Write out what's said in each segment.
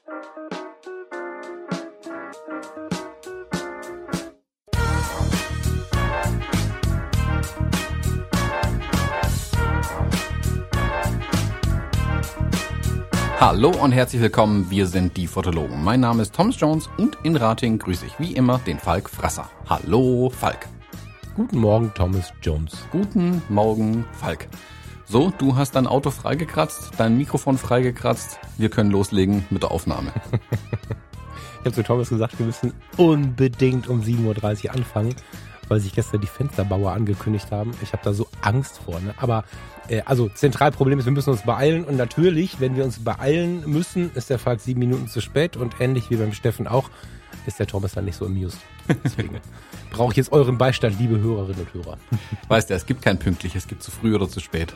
Hallo und herzlich willkommen, wir sind die Fotologen. Mein Name ist Thomas Jones und in Ratingen grüße ich wie immer den Falk Frasser. Hallo Falk. Guten Morgen, Thomas Jones. Guten Morgen, Falk. So, du hast dein Auto freigekratzt, dein Mikrofon freigekratzt. Wir können loslegen mit der Aufnahme. Ich habe zu Thomas gesagt, wir müssen unbedingt um 7.30 Uhr anfangen, weil sich gestern die Fensterbauer angekündigt haben. Ich habe da so Angst vor. Ne? Aber also Zentralproblem ist, wir müssen uns beeilen. Und natürlich, wenn wir uns beeilen müssen, ist der Falk 7 Minuten zu spät. Und ähnlich wie beim Steffen auch, ist der Thomas dann nicht so amused. Deswegen brauche ich jetzt euren Beistand, liebe Hörerinnen und Hörer. Weißt du, es gibt kein pünktlich, es gibt zu früh oder zu spät.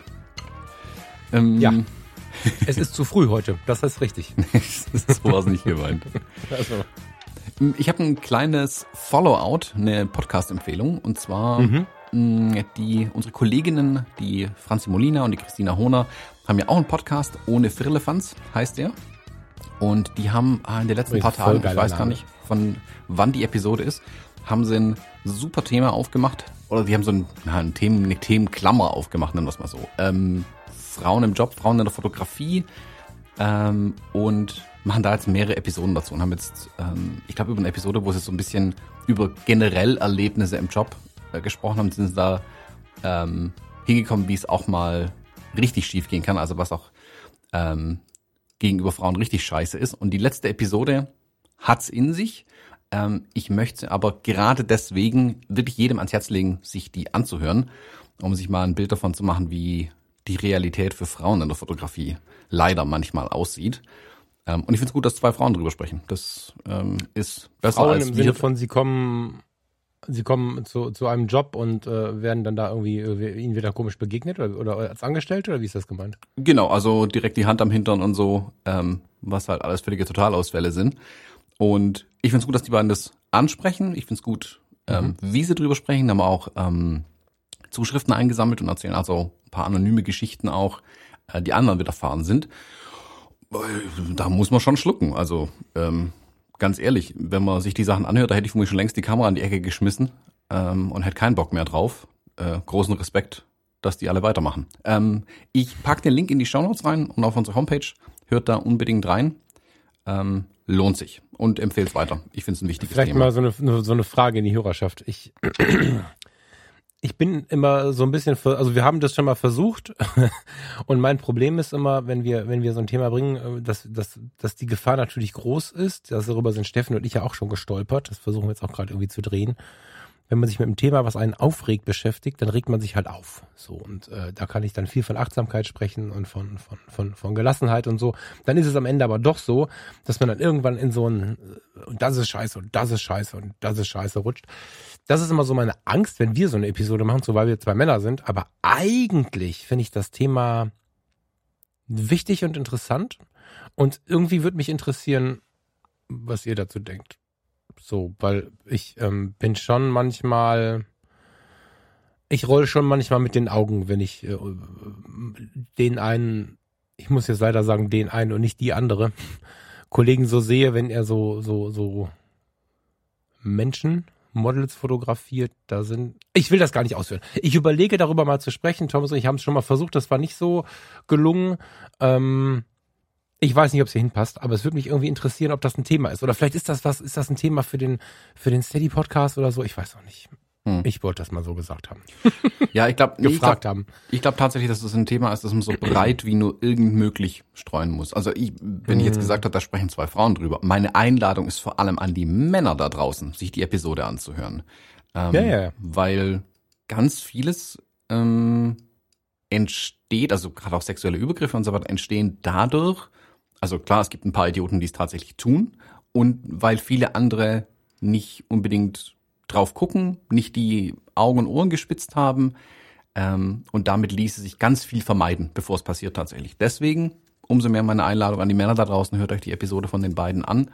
Ja, es ist zu früh heute, das ist richtig. So war es nicht gemeint. Also. Ich habe ein kleines Follow-out, eine Podcast-Empfehlung. Und zwar unsere Kolleginnen, die Franzi Molina und die Christina Hohner, haben ja auch einen Podcast, ohne Firlefanz heißt der. Und die haben in den letzten paar Tagen, ich weiß gar nicht, von wann die Episode ist, haben sie ein super Thema aufgemacht. Oder die haben so eine Themenklammer aufgemacht, nennen wir es mal so. Frauen im Job, Frauen in der Fotografie und machen da jetzt mehrere Episoden dazu und haben jetzt, ich glaube, über eine Episode, wo sie so ein bisschen über generell Erlebnisse im Job gesprochen haben, sind sie da hingekommen, wie es auch mal richtig schief gehen kann, also was auch gegenüber Frauen richtig scheiße ist. Und die letzte Episode hat's in sich. Ich möchte aber gerade deswegen wirklich jedem ans Herz legen, sich die anzuhören, um sich mal ein Bild davon zu machen, wie die Realität für Frauen in der Fotografie leider manchmal aussieht. Und ich finde es gut, dass 2 Frauen drüber sprechen. Das ist besser Frauen als im Sinne von, sie kommen zu einem Job und werden dann da irgendwie ihnen wieder komisch begegnet oder als Angestellte, oder wie ist das gemeint? Genau, also direkt die Hand am Hintern und so, was halt alles völlige Totalausfälle sind. Und ich finde es gut, dass die beiden das ansprechen. Ich finde es gut, wie sie drüber sprechen. Da haben wir auch Zuschriften eingesammelt und erzählen also ein paar anonyme Geschichten auch, die anderen widerfahren sind. Da muss man schon schlucken. Also ganz ehrlich, wenn man sich die Sachen anhört, da hätte ich für mich schon längst die Kamera in die Ecke geschmissen und hätte keinen Bock mehr drauf. Großen Respekt, dass die alle weitermachen. Ich packe den Link in die Shownotes rein und auf unsere Homepage. Hört da unbedingt rein. Lohnt sich und empfehlt es weiter. Ich finde es ein wichtiges Thema. Vielleicht mal so eine Frage in die Hörerschaft. Ich bin immer so ein bisschen, also wir haben das schon mal versucht und mein Problem ist immer, wenn wir so ein Thema bringen, dass die Gefahr natürlich groß ist. Darüber sind Steffen und ich ja auch schon gestolpert. Das versuchen wir jetzt auch gerade irgendwie zu drehen. Wenn man sich mit einem Thema, was einen aufregt, beschäftigt, dann regt man sich halt auf. So, und da kann ich dann viel von Achtsamkeit sprechen und von Gelassenheit und so. Dann ist es am Ende aber doch so, dass man dann irgendwann in so ein das ist scheiße und das ist scheiße und das ist scheiße rutscht. Das ist immer so meine Angst, wenn wir so eine Episode machen, so weil wir 2 Männer sind. Aber eigentlich finde ich das Thema wichtig und interessant. Und irgendwie würde mich interessieren, was ihr dazu denkt. So, weil ich bin schon manchmal, ich roll schon manchmal mit den Augen, wenn ich den einen, ich muss jetzt leider sagen, den einen und nicht die andere, Kollegen so sehe, wenn er so Menschen, Models fotografiert, da sind, ich will das gar nicht ausführen. Ich überlege darüber mal zu sprechen, Thomas und ich haben es schon mal versucht, das war nicht so gelungen. Ich weiß nicht, ob es hier hinpasst, aber es würde mich irgendwie interessieren, ob das ein Thema ist. Oder vielleicht ist das ein Thema für den Steady-Podcast oder so, ich weiß auch nicht. Ich wollte das mal so gesagt haben. Ja, ich glaube, haben. Ich glaube tatsächlich, dass das ein Thema ist, das man so breit wie nur irgend möglich streuen muss. Also wenn ich jetzt gesagt habe, da sprechen 2 Frauen drüber. Meine Einladung ist vor allem an die Männer da draußen, sich die Episode anzuhören. Ja. Weil ganz vieles entsteht, also gerade auch sexuelle Übergriffe und so weiter, entstehen dadurch, also klar, es gibt ein paar Idioten, die es tatsächlich tun, und weil viele andere nicht unbedingt drauf gucken, nicht die Augen und Ohren gespitzt haben, und damit ließe sich ganz viel vermeiden, bevor es passiert tatsächlich. Deswegen umso mehr meine Einladung an die Männer da draußen, hört euch die Episode von den beiden an.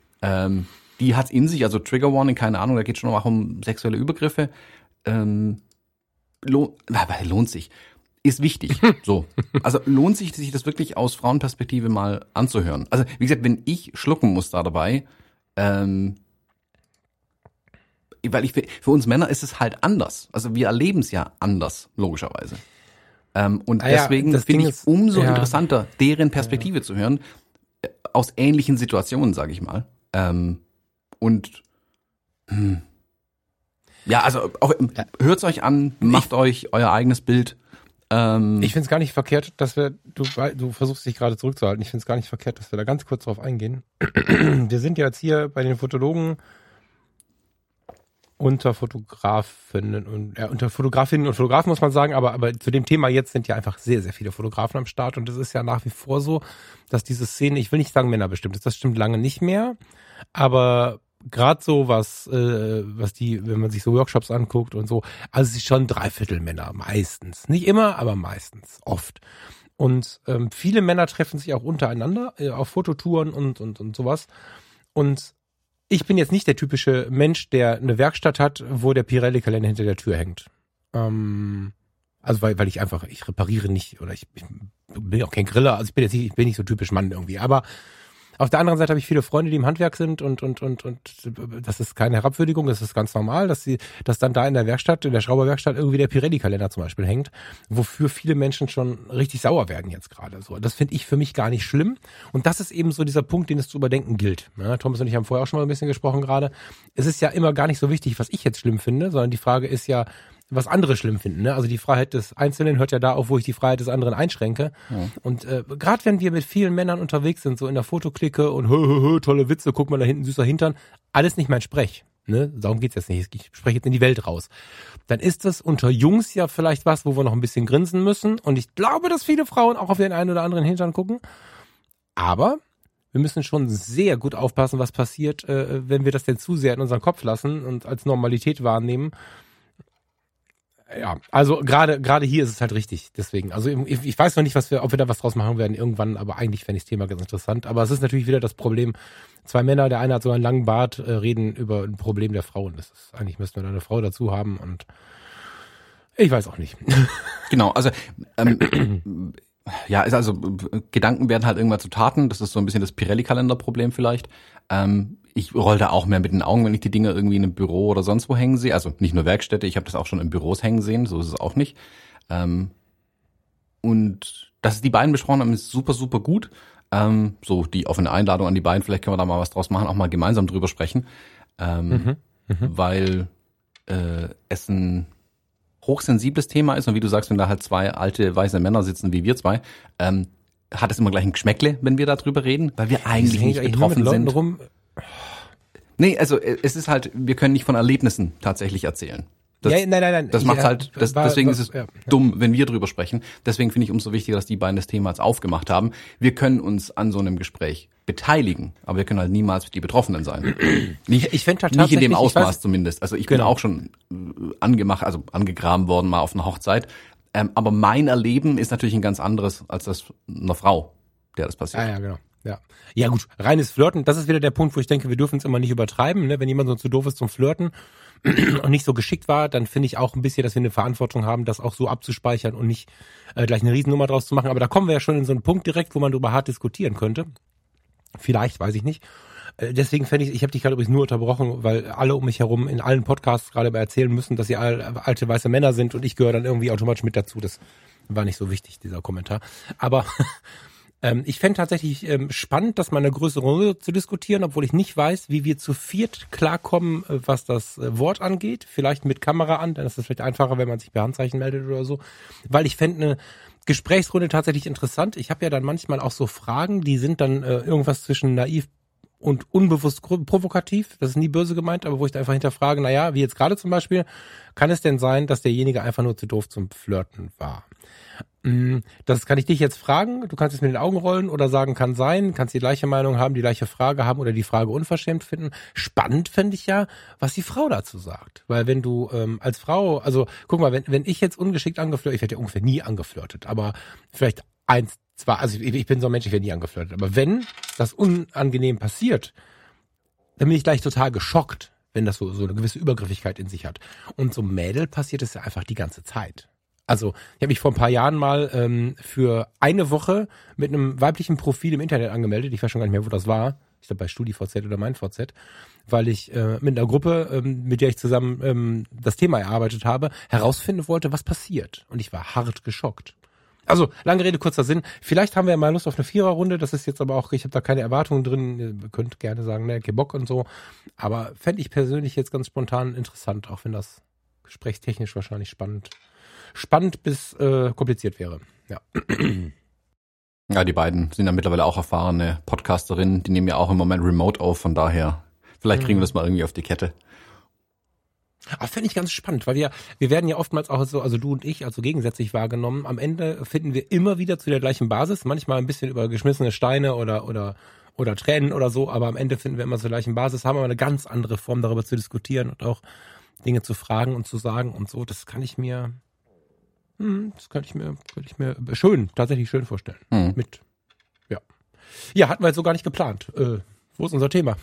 Die hat in sich, also Trigger Warning, keine Ahnung, da geht schon auch um sexuelle Übergriffe. Lohnt sich. ist wichtig. So. Also lohnt sich das wirklich aus Frauenperspektive mal anzuhören. Also wie gesagt, wenn ich schlucken muss da dabei, weil für uns Männer ist es halt anders. Also wir erleben es ja anders, logischerweise. Und deswegen finde ich es umso interessanter, deren Perspektive zu hören, aus ähnlichen Situationen, sage ich mal. Also hört's euch an, macht euch euer eigenes Bild. Ich finde es gar nicht verkehrt, dass du versuchst dich gerade zurückzuhalten, ich finde es gar nicht verkehrt, dass wir da ganz kurz drauf eingehen. Wir sind ja jetzt hier bei den Fotologen unter Fotografinnen und Fotografen muss man sagen, aber zu dem Thema jetzt sind ja einfach sehr, sehr viele Fotografen am Start und es ist ja nach wie vor so, dass diese Szene, ich will nicht sagen männerbestimmt ist, das stimmt lange nicht mehr, aber gerade so was wenn man sich so Workshops anguckt und so, also es ist schon 3/4 Männer, meistens. Nicht immer, aber meistens, oft. Und viele Männer treffen sich auch untereinander auf Fototouren und sowas. Und ich bin jetzt nicht der typische Mensch, der eine Werkstatt hat, wo der Pirelli-Kalender hinter der Tür hängt. Also weil ich repariere nicht oder ich bin auch kein Griller, also ich bin nicht so typisch Mann irgendwie, aber auf der anderen Seite habe ich viele Freunde, die im Handwerk sind und das ist keine Herabwürdigung, das ist ganz normal, dass dann da in der Werkstatt, in der Schrauberwerkstatt irgendwie der Pirelli-Kalender zum Beispiel hängt, wofür viele Menschen schon richtig sauer werden jetzt gerade. So, das finde ich für mich gar nicht schlimm und das ist eben so dieser Punkt, den es zu überdenken gilt. Ja, Thomas und ich haben vorher auch schon mal ein bisschen gesprochen gerade. Es ist ja immer gar nicht so wichtig, was ich jetzt schlimm finde, sondern die Frage ist ja, was andere schlimm finden. Ne? Also die Freiheit des Einzelnen hört ja da auf, wo ich die Freiheit des anderen einschränke. Ja. Und gerade wenn wir mit vielen Männern unterwegs sind, so in der Fotoklicke und tolle Witze, guck mal da hinten, süßer Hintern, alles nicht mein Sprech. Ne? Darum geht's jetzt nicht. Ich spreche jetzt in die Welt raus. Dann ist das unter Jungs ja vielleicht was, wo wir noch ein bisschen grinsen müssen. Und ich glaube, dass viele Frauen auch auf den einen oder anderen Hintern gucken. Aber wir müssen schon sehr gut aufpassen, was passiert, wenn wir das denn zu sehr in unseren Kopf lassen und als Normalität wahrnehmen. Ja, also gerade hier ist es halt richtig, deswegen. Also ich weiß noch nicht, ob wir da was draus machen werden irgendwann, aber eigentlich fände ich das Thema ganz interessant. Aber es ist natürlich wieder das Problem, 2 Männer, der eine hat so einen langen Bart, reden über ein Problem der Frauen. Eigentlich müssten wir da eine Frau dazu haben und ich weiß auch nicht. Genau, also Gedanken werden halt irgendwann zu Taten, das ist so ein bisschen das Pirelli-Kalender-Problem vielleicht. Ich roll da auch mehr mit den Augen, wenn ich die Dinger irgendwie in einem Büro oder sonst wo hängen sehe. Also nicht nur Werkstätte, ich habe das auch schon in Büros hängen sehen, so ist es auch nicht. Und dass es die beiden besprochen haben, ist super, super gut. So die offene Einladung an die beiden, vielleicht können wir da mal was draus machen, auch mal gemeinsam drüber sprechen. Weil es ein hochsensibles Thema ist und wie du sagst, wenn da halt 2 alte, weiße Männer sitzen wie wir 2, hat es immer gleich ein Geschmäckle, wenn wir da drüber reden, weil wir eigentlich nicht betroffen sind. Nee, also es ist halt, wir können nicht von Erlebnissen tatsächlich erzählen. Nein. Das macht halt, deswegen ist es dumm, wenn wir drüber sprechen. Deswegen finde ich umso wichtiger, dass die beiden das Thema jetzt aufgemacht haben. Wir können uns an so einem Gespräch beteiligen, aber wir können halt niemals die Betroffenen sein. Nicht in dem Ausmaß zumindest. Also ich bin auch schon angegraben worden mal auf einer Hochzeit. Aber mein Erleben ist natürlich ein ganz anderes als das einer Frau, der das passiert. Ja, genau. Ja gut, reines Flirten, das ist wieder der Punkt, wo ich denke, wir dürfen es immer nicht übertreiben. Ne? Wenn jemand so zu doof ist zum Flirten und nicht so geschickt war, dann finde ich auch ein bisschen, dass wir eine Verantwortung haben, das auch so abzuspeichern und nicht gleich eine Riesennummer draus zu machen. Aber da kommen wir ja schon in so einen Punkt direkt, wo man darüber hart diskutieren könnte. Vielleicht, weiß ich nicht. Deswegen fände ich habe dich gerade übrigens nur unterbrochen, weil alle um mich herum in allen Podcasts gerade erzählen müssen, dass sie alte weiße Männer sind und ich gehöre dann irgendwie automatisch mit dazu. Das war nicht so wichtig, dieser Kommentar. Aber ich fände tatsächlich spannend, das mal eine größere Runde zu diskutieren, obwohl ich nicht weiß, wie wir zu 4 klarkommen, was das Wort angeht. Vielleicht mit Kamera an, dann ist es vielleicht einfacher, wenn man sich per Handzeichen meldet oder so. Weil ich fände eine Gesprächsrunde tatsächlich interessant. Ich habe ja dann manchmal auch so Fragen, die sind dann irgendwas zwischen naiv und unbewusst provokativ. Das ist nie böse gemeint, aber wo ich da einfach hinterfrage, naja, wie jetzt gerade zum Beispiel, kann es denn sein, dass derjenige einfach nur zu doof zum Flirten war? Das kann ich dich jetzt fragen, du kannst es mit den Augen rollen oder sagen, kann sein, kannst die gleiche Meinung haben, die gleiche Frage haben oder die Frage unverschämt finden. Spannend fände ich ja, was die Frau dazu sagt. Weil wenn du als Frau, also guck mal, wenn ich jetzt ungeschickt angeflirtet, ich werde ja ungefähr nie angeflirtet, aber vielleicht 1, 2, also ich bin so ein Mensch, ich werde nie angeflirtet, aber wenn das unangenehm passiert, dann bin ich gleich total geschockt, wenn das so eine gewisse Übergriffigkeit in sich hat. Und so Mädel passiert es ja einfach die ganze Zeit. Also ich habe mich vor ein paar Jahren mal für eine Woche mit einem weiblichen Profil im Internet angemeldet. Ich weiß schon gar nicht mehr, wo das war. Ich glaube bei StudiVZ oder MeinVZ, weil ich mit einer Gruppe, mit der ich zusammen das Thema erarbeitet habe, herausfinden wollte, was passiert. Und ich war hart geschockt. Also, lange Rede, kurzer Sinn. Vielleicht haben wir ja mal Lust auf eine Viererrunde. Das ist jetzt aber auch, ich habe da keine Erwartungen drin. Ihr könnt gerne sagen, ne, okay, Bock und so. Aber fände ich persönlich jetzt ganz spontan interessant, auch wenn das gesprächstechnisch wahrscheinlich spannend bis kompliziert wäre. Ja. Ja, die beiden sind ja mittlerweile auch erfahrene Podcasterinnen. Die nehmen ja auch im Moment remote auf. Von daher, vielleicht kriegen wir das mal irgendwie auf die Kette. Aber fände ich ganz spannend, weil wir werden ja oftmals auch so, also du und ich, also gegensätzlich wahrgenommen. Am Ende finden wir immer wieder zu der gleichen Basis, manchmal ein bisschen über geschmissene Steine oder Tränen oder so, aber am Ende finden wir immer zur gleichen Basis, haben aber eine ganz andere Form, darüber zu diskutieren und auch Dinge zu fragen und zu sagen und so. Das könnte ich mir tatsächlich schön vorstellen. Ja, hatten wir jetzt so gar nicht geplant. Wo ist unser Thema?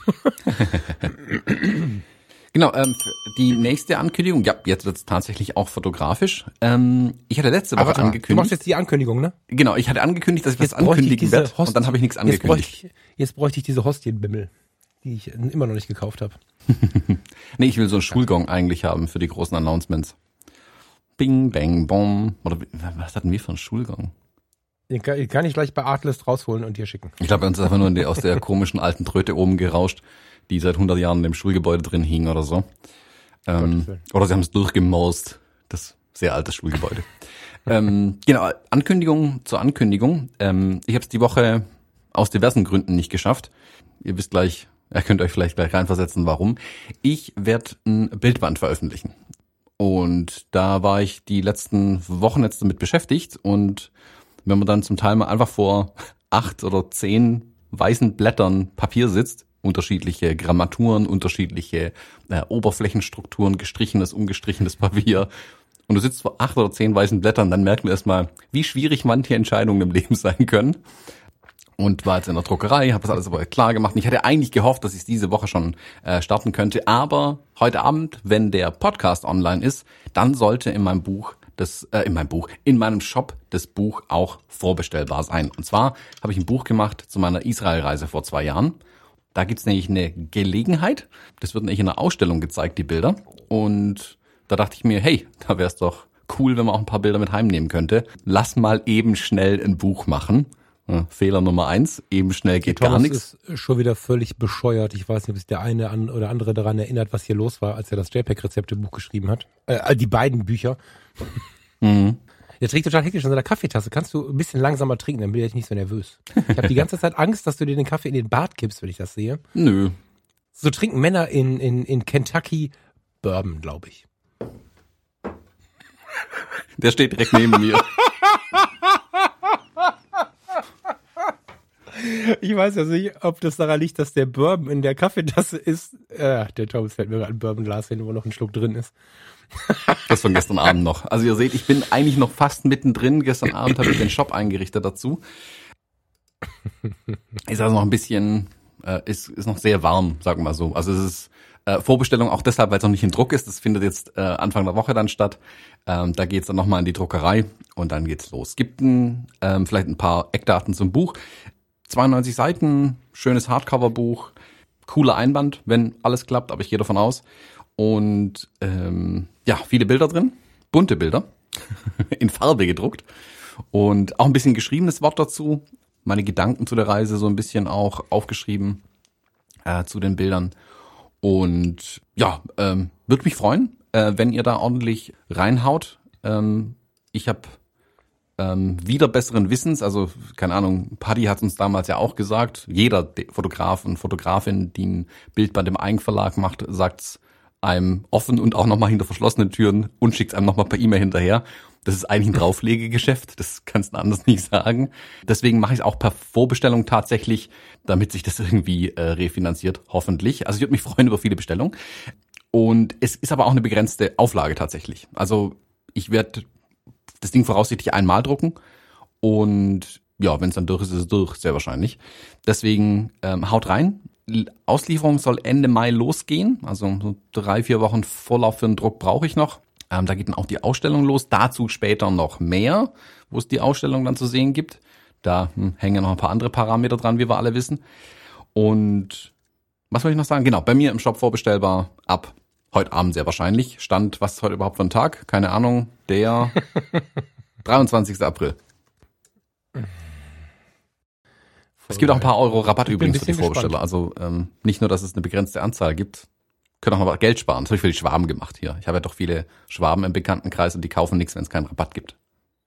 Genau, die nächste Ankündigung, ja, jetzt wird es tatsächlich auch fotografisch. Ich hatte letzte Woche angekündigt. Du machst jetzt die Ankündigung, ne? Genau, ich hatte angekündigt, dass ich was ankündigen werde und dann habe ich nichts angekündigt. Jetzt bräuchte ich diese Hostienbimmel, die ich immer noch nicht gekauft habe. Nee, ich will so einen Schulgong eigentlich haben für die großen Announcements. Bing, bang, bom. Oder was hatten wir für einen Schulgong? Den kann ich gleich bei Artlist rausholen und dir schicken. Ich glaube, bei uns ist einfach nur aus der komischen alten Tröte oben gerauscht, die seit 100 Jahren in dem Schulgebäude drin hing oder so. Oder sie haben es durchgemaust. Das sehr altes Schulgebäude. Genau, Ankündigung zur Ankündigung. Ich habe es die Woche aus diversen Gründen nicht geschafft. Ihr wisst gleich, ihr könnt euch vielleicht gleich reinversetzen, warum. Ich werde ein Bildband veröffentlichen. Und da war ich die letzten Wochen jetzt damit beschäftigt. Und wenn man dann zum Teil mal einfach vor 8 oder 10 weißen Blättern Papier sitzt, unterschiedliche Grammaturen, unterschiedliche Oberflächenstrukturen, gestrichenes, ungestrichenes Papier. Und du sitzt vor 8 oder 10 weißen Blättern, dann merkt man erstmal, wie schwierig manche Entscheidungen im Leben sein können. Und war jetzt in der Druckerei, habe das alles aber klar gemacht. Und ich hatte eigentlich gehofft, dass ich es diese Woche schon starten könnte. Aber heute Abend, wenn der Podcast online ist, dann sollte in meinem Shop das Buch auch vorbestellbar sein. Und zwar habe ich ein Buch gemacht zu meiner Israel-Reise vor 2 Jahren. Da gibt's nämlich eine Gelegenheit. Das wird nämlich in einer Ausstellung gezeigt, die Bilder. Und da dachte ich mir, hey, da wäre es doch cool, wenn man auch ein paar Bilder mit heimnehmen könnte. Lass mal eben schnell ein Buch machen. Fehler Nummer 1, eben schnell geht gar nichts. Das ist schon wieder völlig bescheuert. Ich weiß nicht, ob sich der eine oder andere daran erinnert, was hier los war, als er das JPEG-Rezeptebuch geschrieben hat. Die beiden Bücher. Mhm. Jetzt riecht total hektisch an seiner Kaffeetasse. Kannst du ein bisschen langsamer trinken, dann bin ich nicht so nervös. Ich habe die ganze Zeit Angst, dass du dir den Kaffee in den Bart kippst, wenn ich das sehe. Nö. So trinken Männer in Kentucky Bourbon, glaube ich. Der steht direkt neben mir. Ich weiß ja nicht, ob das daran liegt, dass der Bourbon in der Kaffeetasse ist. Der Thomas fällt mir gerade ein Bourbonglas hin, wo noch ein Schluck drin ist. Das von gestern Abend noch. Also ihr seht, ich bin eigentlich noch fast mittendrin. Gestern Abend habe ich den Shop eingerichtet dazu. Ist also noch ein bisschen, ist noch sehr warm, sagen wir mal so. Also es ist Vorbestellung auch deshalb, weil es noch nicht in Druck ist. Das findet jetzt Anfang der Woche dann statt. Da geht's dann nochmal in die Druckerei und dann geht's los. Es gibt vielleicht ein paar Eckdaten zum Buch. 92 Seiten, schönes Hardcover-Buch, cooler Einband, wenn alles klappt, aber ich gehe davon aus. Und viele Bilder drin, bunte Bilder, in Farbe gedruckt und auch ein bisschen geschriebenes Wort dazu. Meine Gedanken zu der Reise so ein bisschen auch aufgeschrieben zu den Bildern. Und würde mich freuen, wenn ihr da ordentlich reinhaut. Ich habe wieder besseren Wissens, also keine Ahnung, Paddy hat uns damals ja auch gesagt, jeder Fotograf und Fotografin, die ein Bildband im Eigenverlag macht, sagt's einem offen und auch nochmal hinter verschlossenen Türen und schickt's einem nochmal per E-Mail hinterher. Das ist eigentlich ein Drauflegegeschäft, das kannst du anders nicht sagen. Deswegen mache ich es auch per Vorbestellung tatsächlich, damit sich das irgendwie refinanziert, hoffentlich. Also ich würde mich freuen über viele Bestellungen. Und es ist aber auch eine begrenzte Auflage tatsächlich. Also ich werde das Ding voraussichtlich einmal drucken und ja, wenn es dann durch ist, ist es durch, sehr wahrscheinlich. Deswegen haut rein. Auslieferung soll Ende Mai losgehen, also so 3-4 Wochen Vorlauf für den Druck brauche ich noch. Da geht dann auch die Ausstellung los. Dazu später noch mehr, wo es die Ausstellung dann zu sehen gibt. Da hängen noch ein paar andere Parameter dran, wie wir alle wissen. Und was wollte ich noch sagen? Genau, bei mir im Shop vorbestellbar ab heute Abend sehr wahrscheinlich. Stand, was ist heute überhaupt für ein Tag? Keine Ahnung, der 23. April. Es gibt auch ein paar Euro Rabatt übrigens für die Vorbesteller. Also nicht nur, dass es eine begrenzte Anzahl gibt, können auch noch Geld sparen. Das habe ich für die Schwaben gemacht hier. Ich habe ja doch viele Schwaben im Bekanntenkreis und die kaufen nichts, wenn es keinen Rabatt gibt.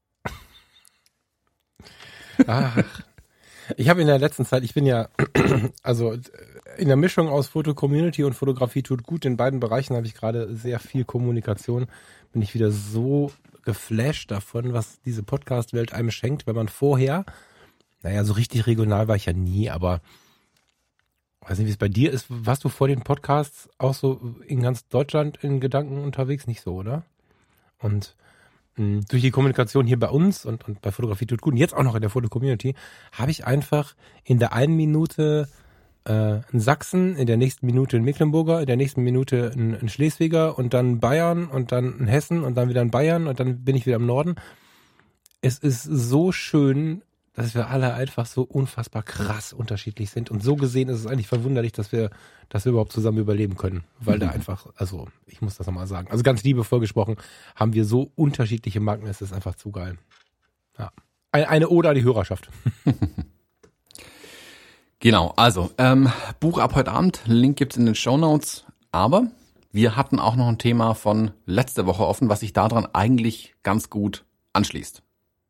Ach, ich habe in der letzten Zeit, ich bin ja, also in der Mischung aus Foto-Community und Fotografie tut gut. In beiden Bereichen habe ich gerade sehr viel Kommunikation. Bin ich wieder so geflasht davon, was diese Podcast-Welt einem schenkt, wenn man vorher, naja, so richtig regional war ich ja nie, aber weiß nicht, wie es bei dir ist. Warst du vor den Podcasts auch so in ganz Deutschland in Gedanken unterwegs? Nicht so, oder? Und durch die Kommunikation hier bei uns und bei Fotografie tut gut und jetzt auch noch in der Foto-Community habe ich einfach in der einen Minute einen Sachsen, in der nächsten Minute einen Mecklenburger, in der nächsten Minute einen Schleswiger und dann Bayern und dann einen Hessen und dann wieder einen Bayern und dann bin ich wieder im Norden. Es ist so schön, dass wir alle einfach so unfassbar krass unterschiedlich sind. Und so gesehen ist es eigentlich verwunderlich, dass wir überhaupt zusammen überleben können. Weil da einfach, also ich muss das nochmal sagen, also ganz liebevoll gesprochen, haben wir so unterschiedliche Marken, es ist einfach zu geil. Ja. Eine Ode an die Hörerschaft. Genau, also Buch ab heute Abend, Link gibt's in den Shownotes. Aber wir hatten auch noch ein Thema von letzter Woche offen, was sich daran eigentlich ganz gut anschließt.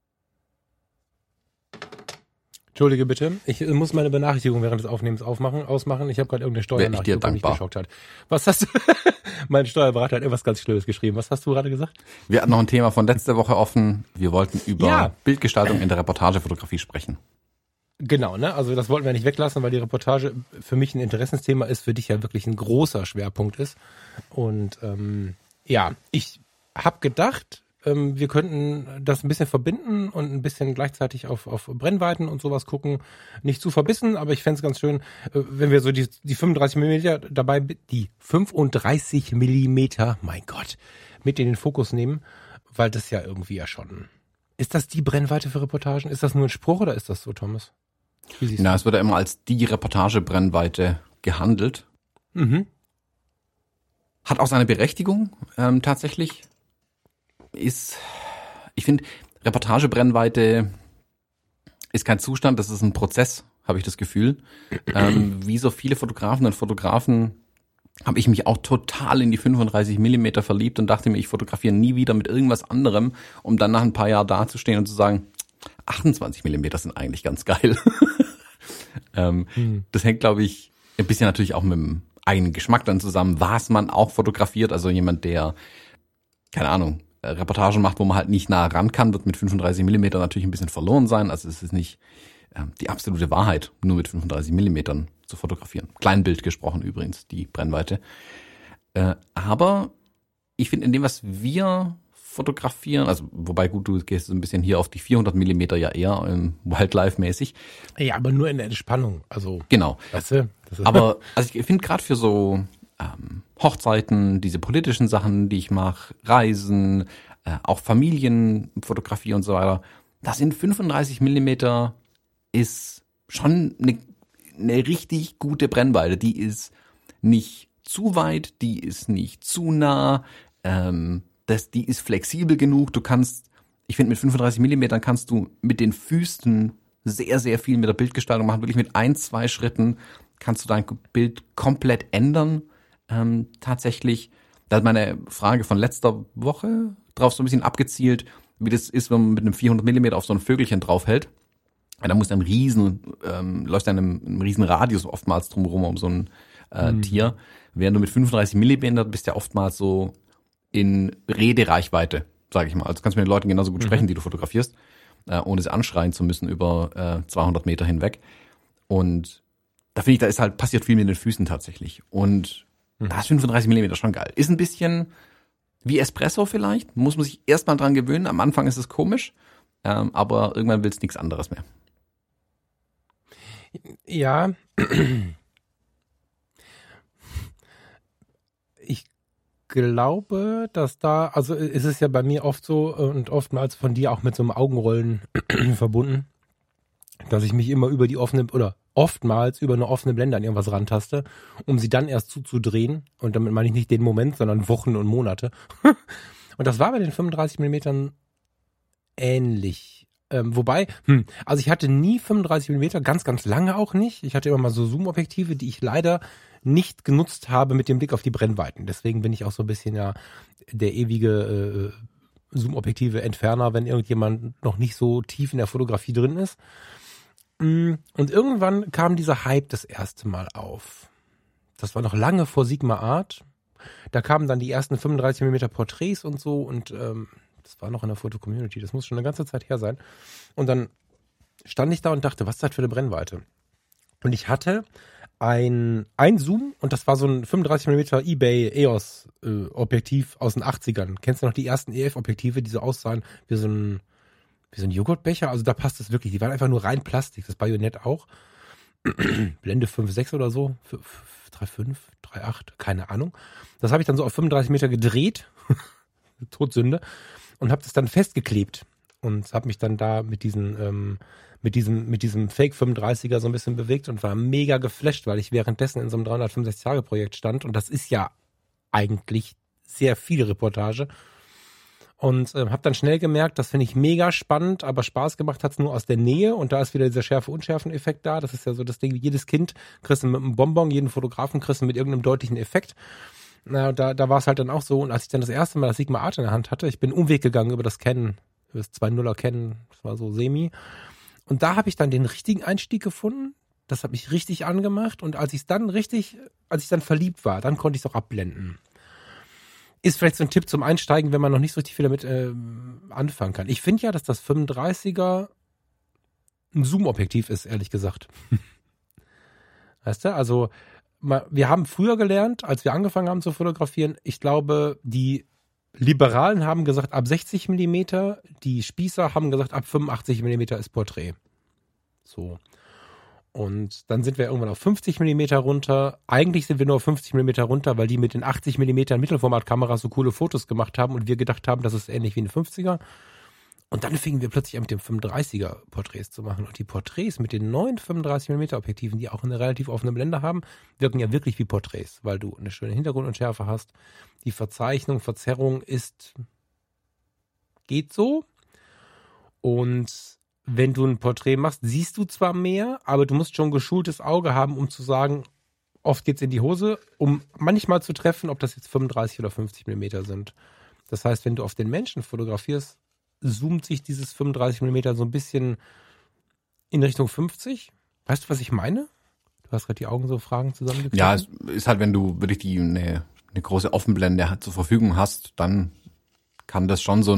Entschuldige bitte, ich muss meine Benachrichtigung während des Aufnehmens ausmachen. Ich habe gerade irgendeine Steuernachricht, die mich geschockt hat. Was hast du? Mein Steuerberater hat irgendwas ganz Schlimmes geschrieben. Was hast du gerade gesagt? Wir hatten noch ein Thema von letzter Woche offen. Wir wollten über Bildgestaltung in der Reportagefotografie sprechen. Genau, ne? Also das wollten wir nicht weglassen, weil die Reportage für mich ein Interessensthema ist, für dich ja wirklich ein großer Schwerpunkt ist. Und ich habe gedacht, wir könnten das ein bisschen verbinden und ein bisschen gleichzeitig auf Brennweiten und sowas gucken. Nicht zu verbissen, aber ich fände es ganz schön, wenn wir so die 35 Millimeter dabei, die 35 Millimeter, mein Gott, mit in den Fokus nehmen, weil das ja irgendwie ja schon... Ist das die Brennweite für Reportagen? Ist das nur ein Spruch oder ist das so, Thomas? Na, es wird ja immer als die Reportagebrennweite gehandelt. Mhm. Hat auch seine Berechtigung, tatsächlich. Ich finde, Reportagebrennweite ist kein Zustand, das ist ein Prozess, habe ich das Gefühl. Wie so viele Fotografen und Fotografen habe ich mich auch total in die 35 Millimeter verliebt und dachte mir, ich fotografiere nie wieder mit irgendwas anderem, um dann nach ein paar Jahren dazustehen und zu sagen, 28 Millimeter sind eigentlich ganz geil. Das hängt, glaube ich, ein bisschen natürlich auch mit dem eigenen Geschmack dann zusammen, was man auch fotografiert. Also jemand, der, keine Ahnung, Reportagen macht, wo man halt nicht nah ran kann, wird mit 35 Millimeter natürlich ein bisschen verloren sein. Also es ist nicht die absolute Wahrheit, nur mit 35 Millimetern zu fotografieren. Kleinbild gesprochen übrigens, die Brennweite. Aber ich finde, in dem, was wir fotografieren, also wobei gut, du gehst so ein bisschen hier auf die 400 Millimeter ja eher Wildlife-mäßig. Ja, aber nur in der Entspannung. Also genau. Weißt du, aber also ich finde gerade für so Hochzeiten, diese politischen Sachen, die ich mache, Reisen, auch Familienfotografie und so weiter, das sind 35 Millimeter ist schon eine richtig gute Brennweite. Die ist nicht zu weit, die ist nicht zu nah, die ist flexibel genug. Ich finde, mit 35 Millimetern kannst du mit den Füßen sehr, sehr viel mit der Bildgestaltung machen. Wirklich mit 1-2 Schritten kannst du dein Bild komplett ändern. Tatsächlich, da hat meine Frage von letzter Woche drauf so ein bisschen abgezielt, wie das ist, wenn man mit einem 400 Millimeter auf so ein Vögelchen draufhält. Da muss dann läuft dann im riesen Radius oftmals drumherum um so ein Tier. Während du mit 35 Millimeter bist ja oftmals so in Redereichweite, sage ich mal. Also du kannst mit den Leuten genauso gut sprechen, die du fotografierst, ohne sie anschreien zu müssen über 200 Meter hinweg. Und da finde ich, passiert viel mit den Füßen tatsächlich. Und da ist 35 Millimeter schon geil. Ist ein bisschen wie Espresso vielleicht, muss man sich erstmal dran gewöhnen. Am Anfang ist es komisch, aber irgendwann will es nichts anderes mehr. Ja, glaube, dass also ist es ja bei mir oft so und oftmals von dir auch mit so einem Augenrollen verbunden, dass ich mich immer über die offene oder oftmals über eine offene Blende an irgendwas rantaste, um sie dann erst zuzudrehen. Und damit meine ich nicht den Moment, sondern Wochen und Monate. Und das war bei den 35 Millimetern ähnlich. Wobei, also ich hatte nie 35 Millimeter, ganz, ganz lange auch nicht. Ich hatte immer mal so Zoom-Objektive, die ich leider nicht genutzt habe mit dem Blick auf die Brennweiten. Deswegen bin ich auch so ein bisschen ja der ewige Zoom-Objektive-Entferner, wenn irgendjemand noch nicht so tief in der Fotografie drin ist. Und irgendwann kam dieser Hype das erste Mal auf. Das war noch lange vor Sigma Art. Da kamen dann die ersten 35 mm Porträts und so und das war noch in der Foto-Community, das muss schon eine ganze Zeit her sein. Und dann stand ich da und dachte, was ist das für eine Brennweite? Und ich hatte ein Zoom und das war so ein 35 mm eBay EOS Objektiv aus den 80ern. Kennst du noch die ersten EF-Objektive, die so aussahen wie so ein Joghurtbecher? Also da passt es wirklich. Die waren einfach nur rein Plastik, das Bajonett auch. Blende 5,6 oder so, 3,5, 3,8, keine Ahnung. Das habe ich dann so auf 35 Meter gedreht, Todsünde, und habe das dann festgeklebt und habe mich dann da mit diesem Fake 35er so ein bisschen bewegt und war mega geflasht, weil ich währenddessen in so einem 365-Tage-Projekt stand und das ist ja eigentlich sehr viel Reportage und habe dann schnell gemerkt, das finde ich mega spannend, aber Spaß gemacht hat es nur aus der Nähe und da ist wieder dieser Schärfe-Unschärfen-Effekt da. Das ist ja so das Ding, jedes Kind kriegst du mit einem Bonbon, jeden Fotografen kriegst du mit irgendeinem deutlichen Effekt. Na, da war es halt dann auch so und als ich dann das erste Mal das Sigma Art in der Hand hatte, ich bin Umweg gegangen über das Canon, über das 2.0er Canon, das war so semi und da habe ich dann den richtigen Einstieg gefunden, das hat mich richtig angemacht und als ich dann verliebt war, dann konnte ich es auch abblenden. Ist vielleicht so ein Tipp zum Einsteigen, wenn man noch nicht so richtig viel damit anfangen kann. Ich finde ja, dass das 35er ein Zoom-Objektiv ist, ehrlich gesagt. Weißt du, also wir haben früher gelernt, als wir angefangen haben zu fotografieren, ich glaube, die Liberalen haben gesagt, ab 60 mm, die Spießer haben gesagt, ab 85 mm ist Porträt. So. Und dann sind wir irgendwann auf 50 mm runter. Eigentlich sind wir nur auf 50 mm runter, weil die mit den 80 mm Mittelformatkameras so coole Fotos gemacht haben und wir gedacht haben, das ist ähnlich wie eine 50er. Und dann fingen wir plötzlich an, mit dem 35er Porträts zu machen. Und die Porträts mit den neuen 35 mm Objektiven, die auch eine relativ offene Blende haben, wirken ja wirklich wie Porträts, weil du eine schöne Hintergrundunschärfe hast. Die Verzeichnung, Verzerrung geht so. Und wenn du ein Porträt machst, siehst du zwar mehr, aber du musst schon ein geschultes Auge haben, um zu sagen, oft geht's in die Hose, um manchmal zu treffen, ob das jetzt 35 oder 50 mm sind. Das heißt, wenn du auf den Menschen fotografierst, zoomt sich dieses 35 mm so ein bisschen in Richtung 50. Weißt du, was ich meine? Du hast gerade die Augen so Fragen zusammengekriegt. Ja, es ist halt, wenn du wirklich eine große Offenblende zur Verfügung hast, dann kann das schon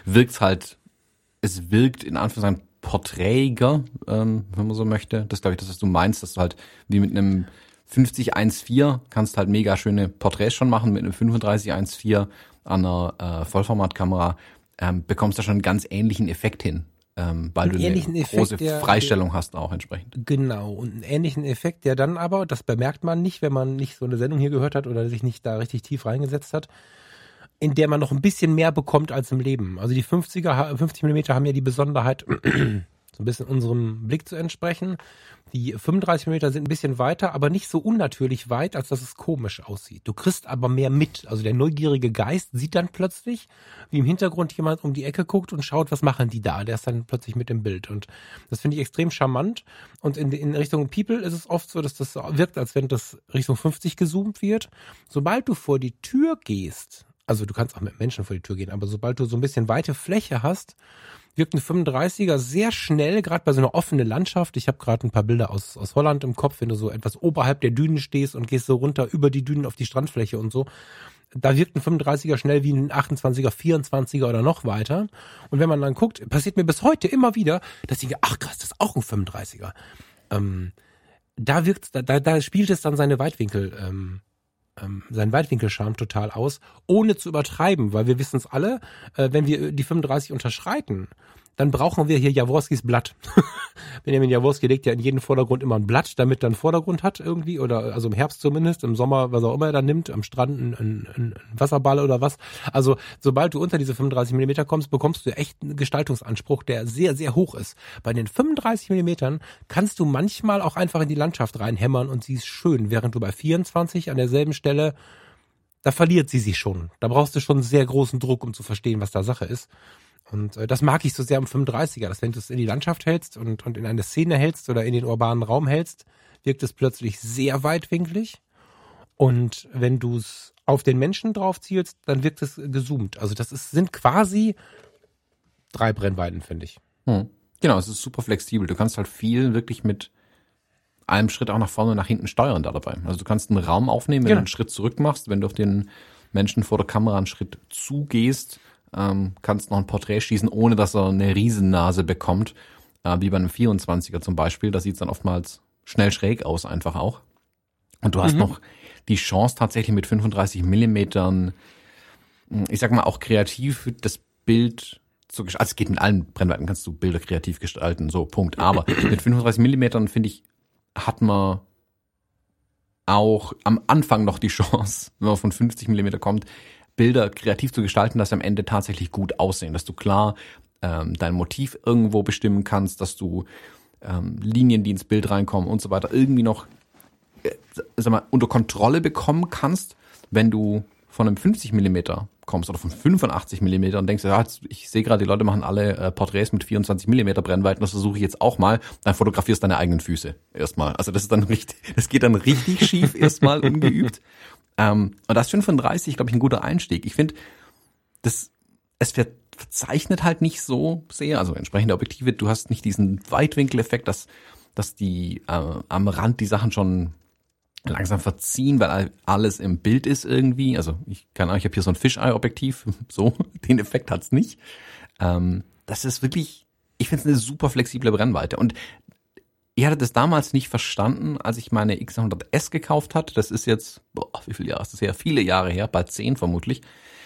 es wirkt in Anführungszeichen porträtiger, wenn man so möchte. Das ist, glaube ich, das, was du meinst, dass du halt wie mit einem 50-1.4 kannst halt mega schöne Porträts schon machen, mit einem 35-1.4 an einer Vollformatkamera bekommst du schon einen ganz ähnlichen Effekt hin, weil du eine große Freistellung hast auch entsprechend. Genau, und einen ähnlichen Effekt, der dann aber, das bemerkt man nicht, wenn man nicht so eine Sendung hier gehört hat oder sich nicht da richtig tief reingesetzt hat, in der man noch ein bisschen mehr bekommt als im Leben. Also die 50 mm haben ja die Besonderheit, so ein bisschen unserem Blick zu entsprechen. Die 35 mm sind ein bisschen weiter, aber nicht so unnatürlich weit, als dass es komisch aussieht. Du kriegst aber mehr mit. Also der neugierige Geist sieht dann plötzlich, wie im Hintergrund jemand um die Ecke guckt und schaut, was machen die da? Der ist dann plötzlich mit im Bild. Und das finde ich extrem charmant. Und in Richtung People ist es oft so, dass das wirkt, als wenn das Richtung 50 gezoomt wird. Sobald du vor die Tür gehst, also du kannst auch mit Menschen vor die Tür gehen, aber sobald du so ein bisschen weite Fläche hast, wirkt ein 35er sehr schnell, gerade bei so einer offenen Landschaft. Ich habe gerade ein paar Bilder aus Holland im Kopf, wenn du so etwas oberhalb der Dünen stehst und gehst so runter über die Dünen auf die Strandfläche und so. Da wirkt ein 35er schnell wie ein 28er, 24er oder noch weiter. Und wenn man dann guckt, passiert mir bis heute immer wieder, dass ich denke, ach krass, das ist auch ein 35er. Da spielt es dann seinen Weitwinkelcharme total aus, ohne zu übertreiben, weil wir wissen es alle, wenn wir die 35 unterschreiten, dann brauchen wir hier Jaworskis Blatt. Benjamin Jaworski legt ja in jeden Vordergrund immer ein Blatt, damit er einen Vordergrund hat irgendwie, oder also im Herbst zumindest, im Sommer, was auch immer er dann nimmt, am Strand ein Wasserball oder was. Also sobald du unter diese 35 Millimeter kommst, bekommst du echt einen Gestaltungsanspruch, der sehr, sehr hoch ist. Bei den 35 Millimetern kannst du manchmal auch einfach in die Landschaft reinhämmern und sie ist schön, während du bei 24 an derselben Stelle, da verliert sie sich schon. Da brauchst du schon einen sehr großen Druck, um zu verstehen, was da Sache ist. Und das mag ich so sehr am 35er, dass wenn du es in die Landschaft hältst und in eine Szene hältst oder in den urbanen Raum hältst, wirkt es plötzlich sehr weitwinklig. Und wenn du es auf den Menschen drauf zielst, dann wirkt es gezoomt. Also sind quasi 3 Brennweiten, finde ich. Genau, es ist super flexibel. Du kannst halt viel wirklich mit einem Schritt auch nach vorne und nach hinten steuern da dabei. Also du kannst einen Raum aufnehmen, wenn du einen Schritt zurück machst, wenn du auf den Menschen vor der Kamera einen Schritt zugehst, kannst noch ein Porträt schießen, ohne dass er eine Riesennase bekommt, wie bei einem 24er zum Beispiel. Da sieht es dann oftmals schnell schräg aus einfach auch. Und du hast noch die Chance tatsächlich mit 35 Millimetern, ich sag mal auch kreativ das Bild zu gestalten. Also es geht mit allen Brennweiten, kannst du Bilder kreativ gestalten, so Punkt. Aber mit 35 Millimetern, finde ich, hat man auch am Anfang noch die Chance, wenn man von 50 Millimeter kommt, Bilder kreativ zu gestalten, dass sie am Ende tatsächlich gut aussehen, dass du klar dein Motiv irgendwo bestimmen kannst, dass du Linien, die ins Bild reinkommen und so weiter, irgendwie noch sag mal, unter Kontrolle bekommen kannst, wenn du von einem 50 Millimeter kommst oder von 85 Millimeter und denkst, ja, ich sehe gerade, die Leute machen alle Porträts mit 24 Millimeter Brennweiten, das versuche ich jetzt auch mal, dann fotografierst deine eigenen Füße erstmal. Also das geht dann richtig schief erstmal ungeübt. Und das 35, glaube ich, ein guter Einstieg. Ich finde, es verzeichnet halt nicht so sehr, also entsprechende Objektive, du hast nicht diesen Weitwinkeleffekt, dass die am Rand die Sachen schon langsam verziehen, weil alles im Bild ist irgendwie. Also ich habe hier so ein Fisheye-Objektiv, so, den Effekt hat's nicht. Das ist wirklich, ich finde es eine super flexible Brennweite. Und ich hatte das damals nicht verstanden, als ich meine X100S gekauft hatte. Das ist jetzt, wie viele Jahre ist das her? Viele Jahre her, bald 10 vermutlich.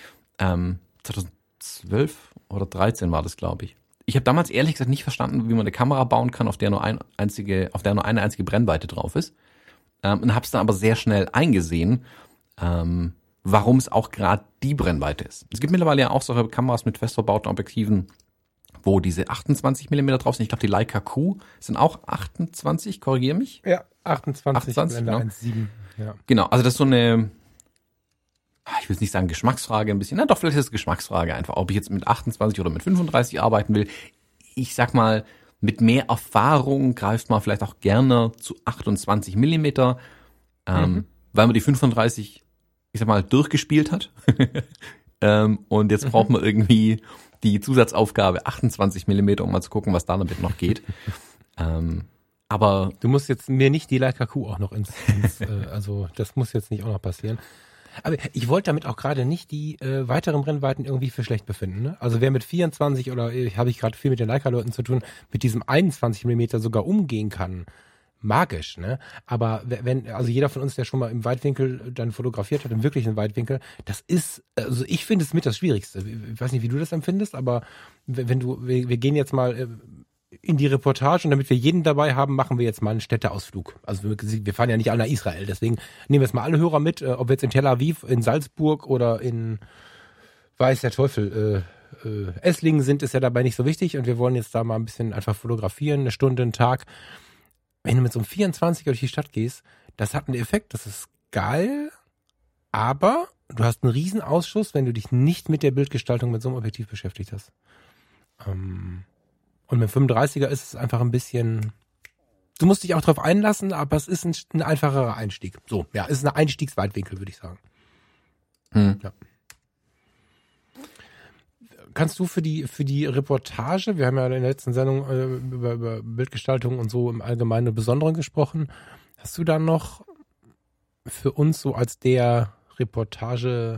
2012 oder 13 war das, glaube ich. Ich habe damals ehrlich gesagt nicht verstanden, wie man eine Kamera bauen kann, auf der nur eine einzige Brennweite drauf ist. Und habe es dann aber sehr schnell eingesehen, warum es auch gerade die Brennweite ist. Es gibt mittlerweile ja auch solche Kameras mit fest verbauten Objektiven, wo diese 28 Millimeter drauf sind. Ich glaube, die Leica Q sind auch 28, korrigiere mich. Ja, 28 Blende genau. 1.7. Ja. Genau, also das ist so eine, ich will nicht sagen Geschmacksfrage ein bisschen, na doch, vielleicht ist es Geschmacksfrage einfach, ob ich jetzt mit 28 oder mit 35 arbeiten will. Ich sag mal, mit mehr Erfahrung greift man vielleicht auch gerne zu 28 Millimeter, weil man die 35, ich sag mal, durchgespielt hat. Und jetzt braucht man irgendwie die Zusatzaufgabe 28 Millimeter, um mal zu gucken, was da damit noch geht. Aber du musst jetzt mir nicht die Leica Q auch noch also das muss jetzt nicht auch noch passieren. Aber ich wollte damit auch gerade nicht die weiteren Brennweiten irgendwie für schlecht befinden. Ne? Also wer mit 24 oder habe ich gerade viel mit den Leica-Leuten zu tun, mit diesem 21 Millimeter sogar umgehen kann, magisch. Ne? Aber also jeder von uns, der schon mal im Weitwinkel dann fotografiert hat, im wirklichen Weitwinkel, das ist, also ich finde es mit das Schwierigste. Ich weiß nicht, wie du das empfindest, aber wir gehen jetzt mal in die Reportage und damit wir jeden dabei haben, machen wir jetzt mal einen Städteausflug. Also wir fahren ja nicht alle nach Israel, deswegen nehmen wir jetzt mal alle Hörer mit, ob wir jetzt in Tel Aviv, in Salzburg oder in weiß der Teufel, Esslingen sind, ist ja dabei nicht so wichtig und wir wollen jetzt da mal ein bisschen einfach fotografieren, eine Stunde, einen Tag. Wenn du mit so einem 24er durch die Stadt gehst, das hat einen Effekt, das ist geil, aber du hast einen riesen Ausschuss, wenn du dich nicht mit der Bildgestaltung mit so einem Objektiv beschäftigt hast. Und mit 35er ist es einfach ein bisschen, du musst dich auch drauf einlassen, aber es ist ein einfacherer Einstieg. So, ja, es ist ein Einstiegsweitwinkel, würde ich sagen. Ja. Kannst du für die Reportage, wir haben ja in der letzten Sendung über Bildgestaltung und so im Allgemeinen und Besonderen gesprochen, hast du da noch für uns so als der Reportagelehrer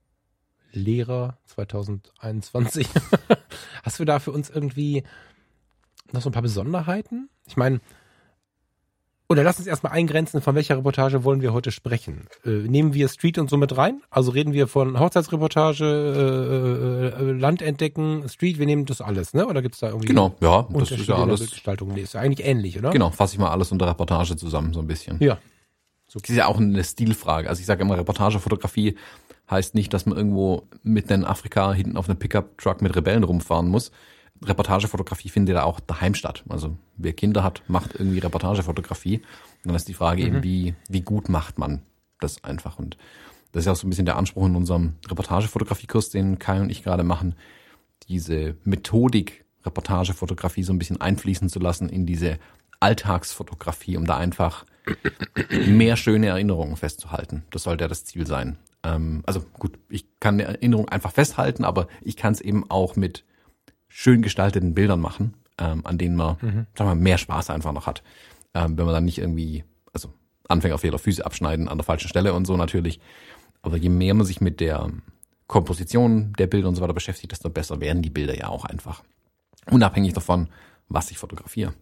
2021, hast du da für uns irgendwie noch so ein paar Besonderheiten? Ich meine, Oder lass uns erstmal eingrenzen, von welcher Reportage wollen wir heute sprechen. Nehmen wir Street und so mit rein? Also reden wir von Hochzeitsreportage, Land entdecken, Street, wir nehmen das alles, ne? Oder gibt's da irgendwie Genau, ja, das ist ja alles. Bildgestaltung? Nee, ist ja eigentlich ähnlich, oder? Genau, fasse ich mal alles unter Reportage zusammen, so ein bisschen. Ja. Das ist ja auch eine Stilfrage. Also ich sage immer, Reportagefotografie heißt nicht, dass man irgendwo mitten in Afrika hinten auf einem Pickup-Truck mit Rebellen rumfahren muss. Reportagefotografie findet ja auch daheim statt. Also wer Kinder hat, macht irgendwie Reportagefotografie. Und dann ist die Frage eben, wie gut macht man das einfach? Und das ist ja auch so ein bisschen der Anspruch in unserem Reportagefotografiekurs, den Kai und ich gerade machen, diese Methodik Reportagefotografie so ein bisschen einfließen zu lassen in diese Alltagsfotografie, um da einfach mehr schöne Erinnerungen festzuhalten. Das sollte ja das Ziel sein. Also gut, ich kann eine Erinnerung einfach festhalten, aber ich kann es eben auch mit schön gestalteten Bildern machen, an denen man, sagen wir mal, mehr Spaß einfach noch hat. Wenn man dann nicht irgendwie, also Anfängerfehler, Füße abschneiden an der falschen Stelle und so natürlich. Aber je mehr man sich mit der Komposition der Bilder und so weiter beschäftigt, desto besser werden die Bilder ja auch einfach. Unabhängig davon, was ich fotografiere.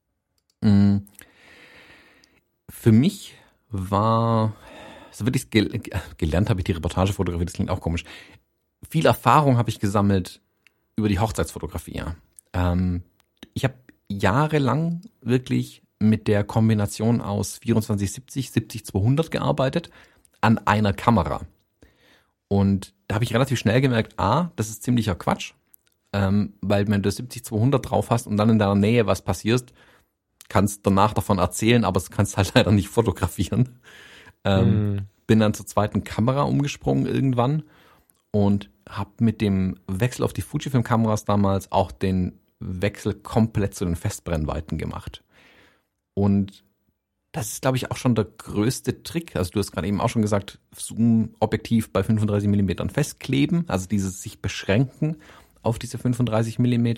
Für mich war, so wirklich gelernt habe ich die Reportagefotografie, das klingt auch komisch. Viel Erfahrung habe ich gesammelt über die Hochzeitsfotografie, ja. Ich habe jahrelang wirklich mit der Kombination aus 24-70, 70-200 gearbeitet an einer Kamera. Und da habe ich relativ schnell gemerkt, das ist ziemlicher Quatsch, weil wenn du 70-200 drauf hast und dann in deiner Nähe was passiert, kannst danach davon erzählen, aber es kannst halt leider nicht fotografieren. Bin dann zur zweiten Kamera umgesprungen irgendwann und habe mit dem Wechsel auf die Fujifilm-Kameras damals auch den Wechsel komplett zu den Festbrennweiten gemacht. Und das ist, glaube ich, auch schon der größte Trick. Also du hast gerade eben auch schon gesagt, Zoom-Objektiv bei 35 mm festkleben, also dieses sich beschränken auf diese 35 mm.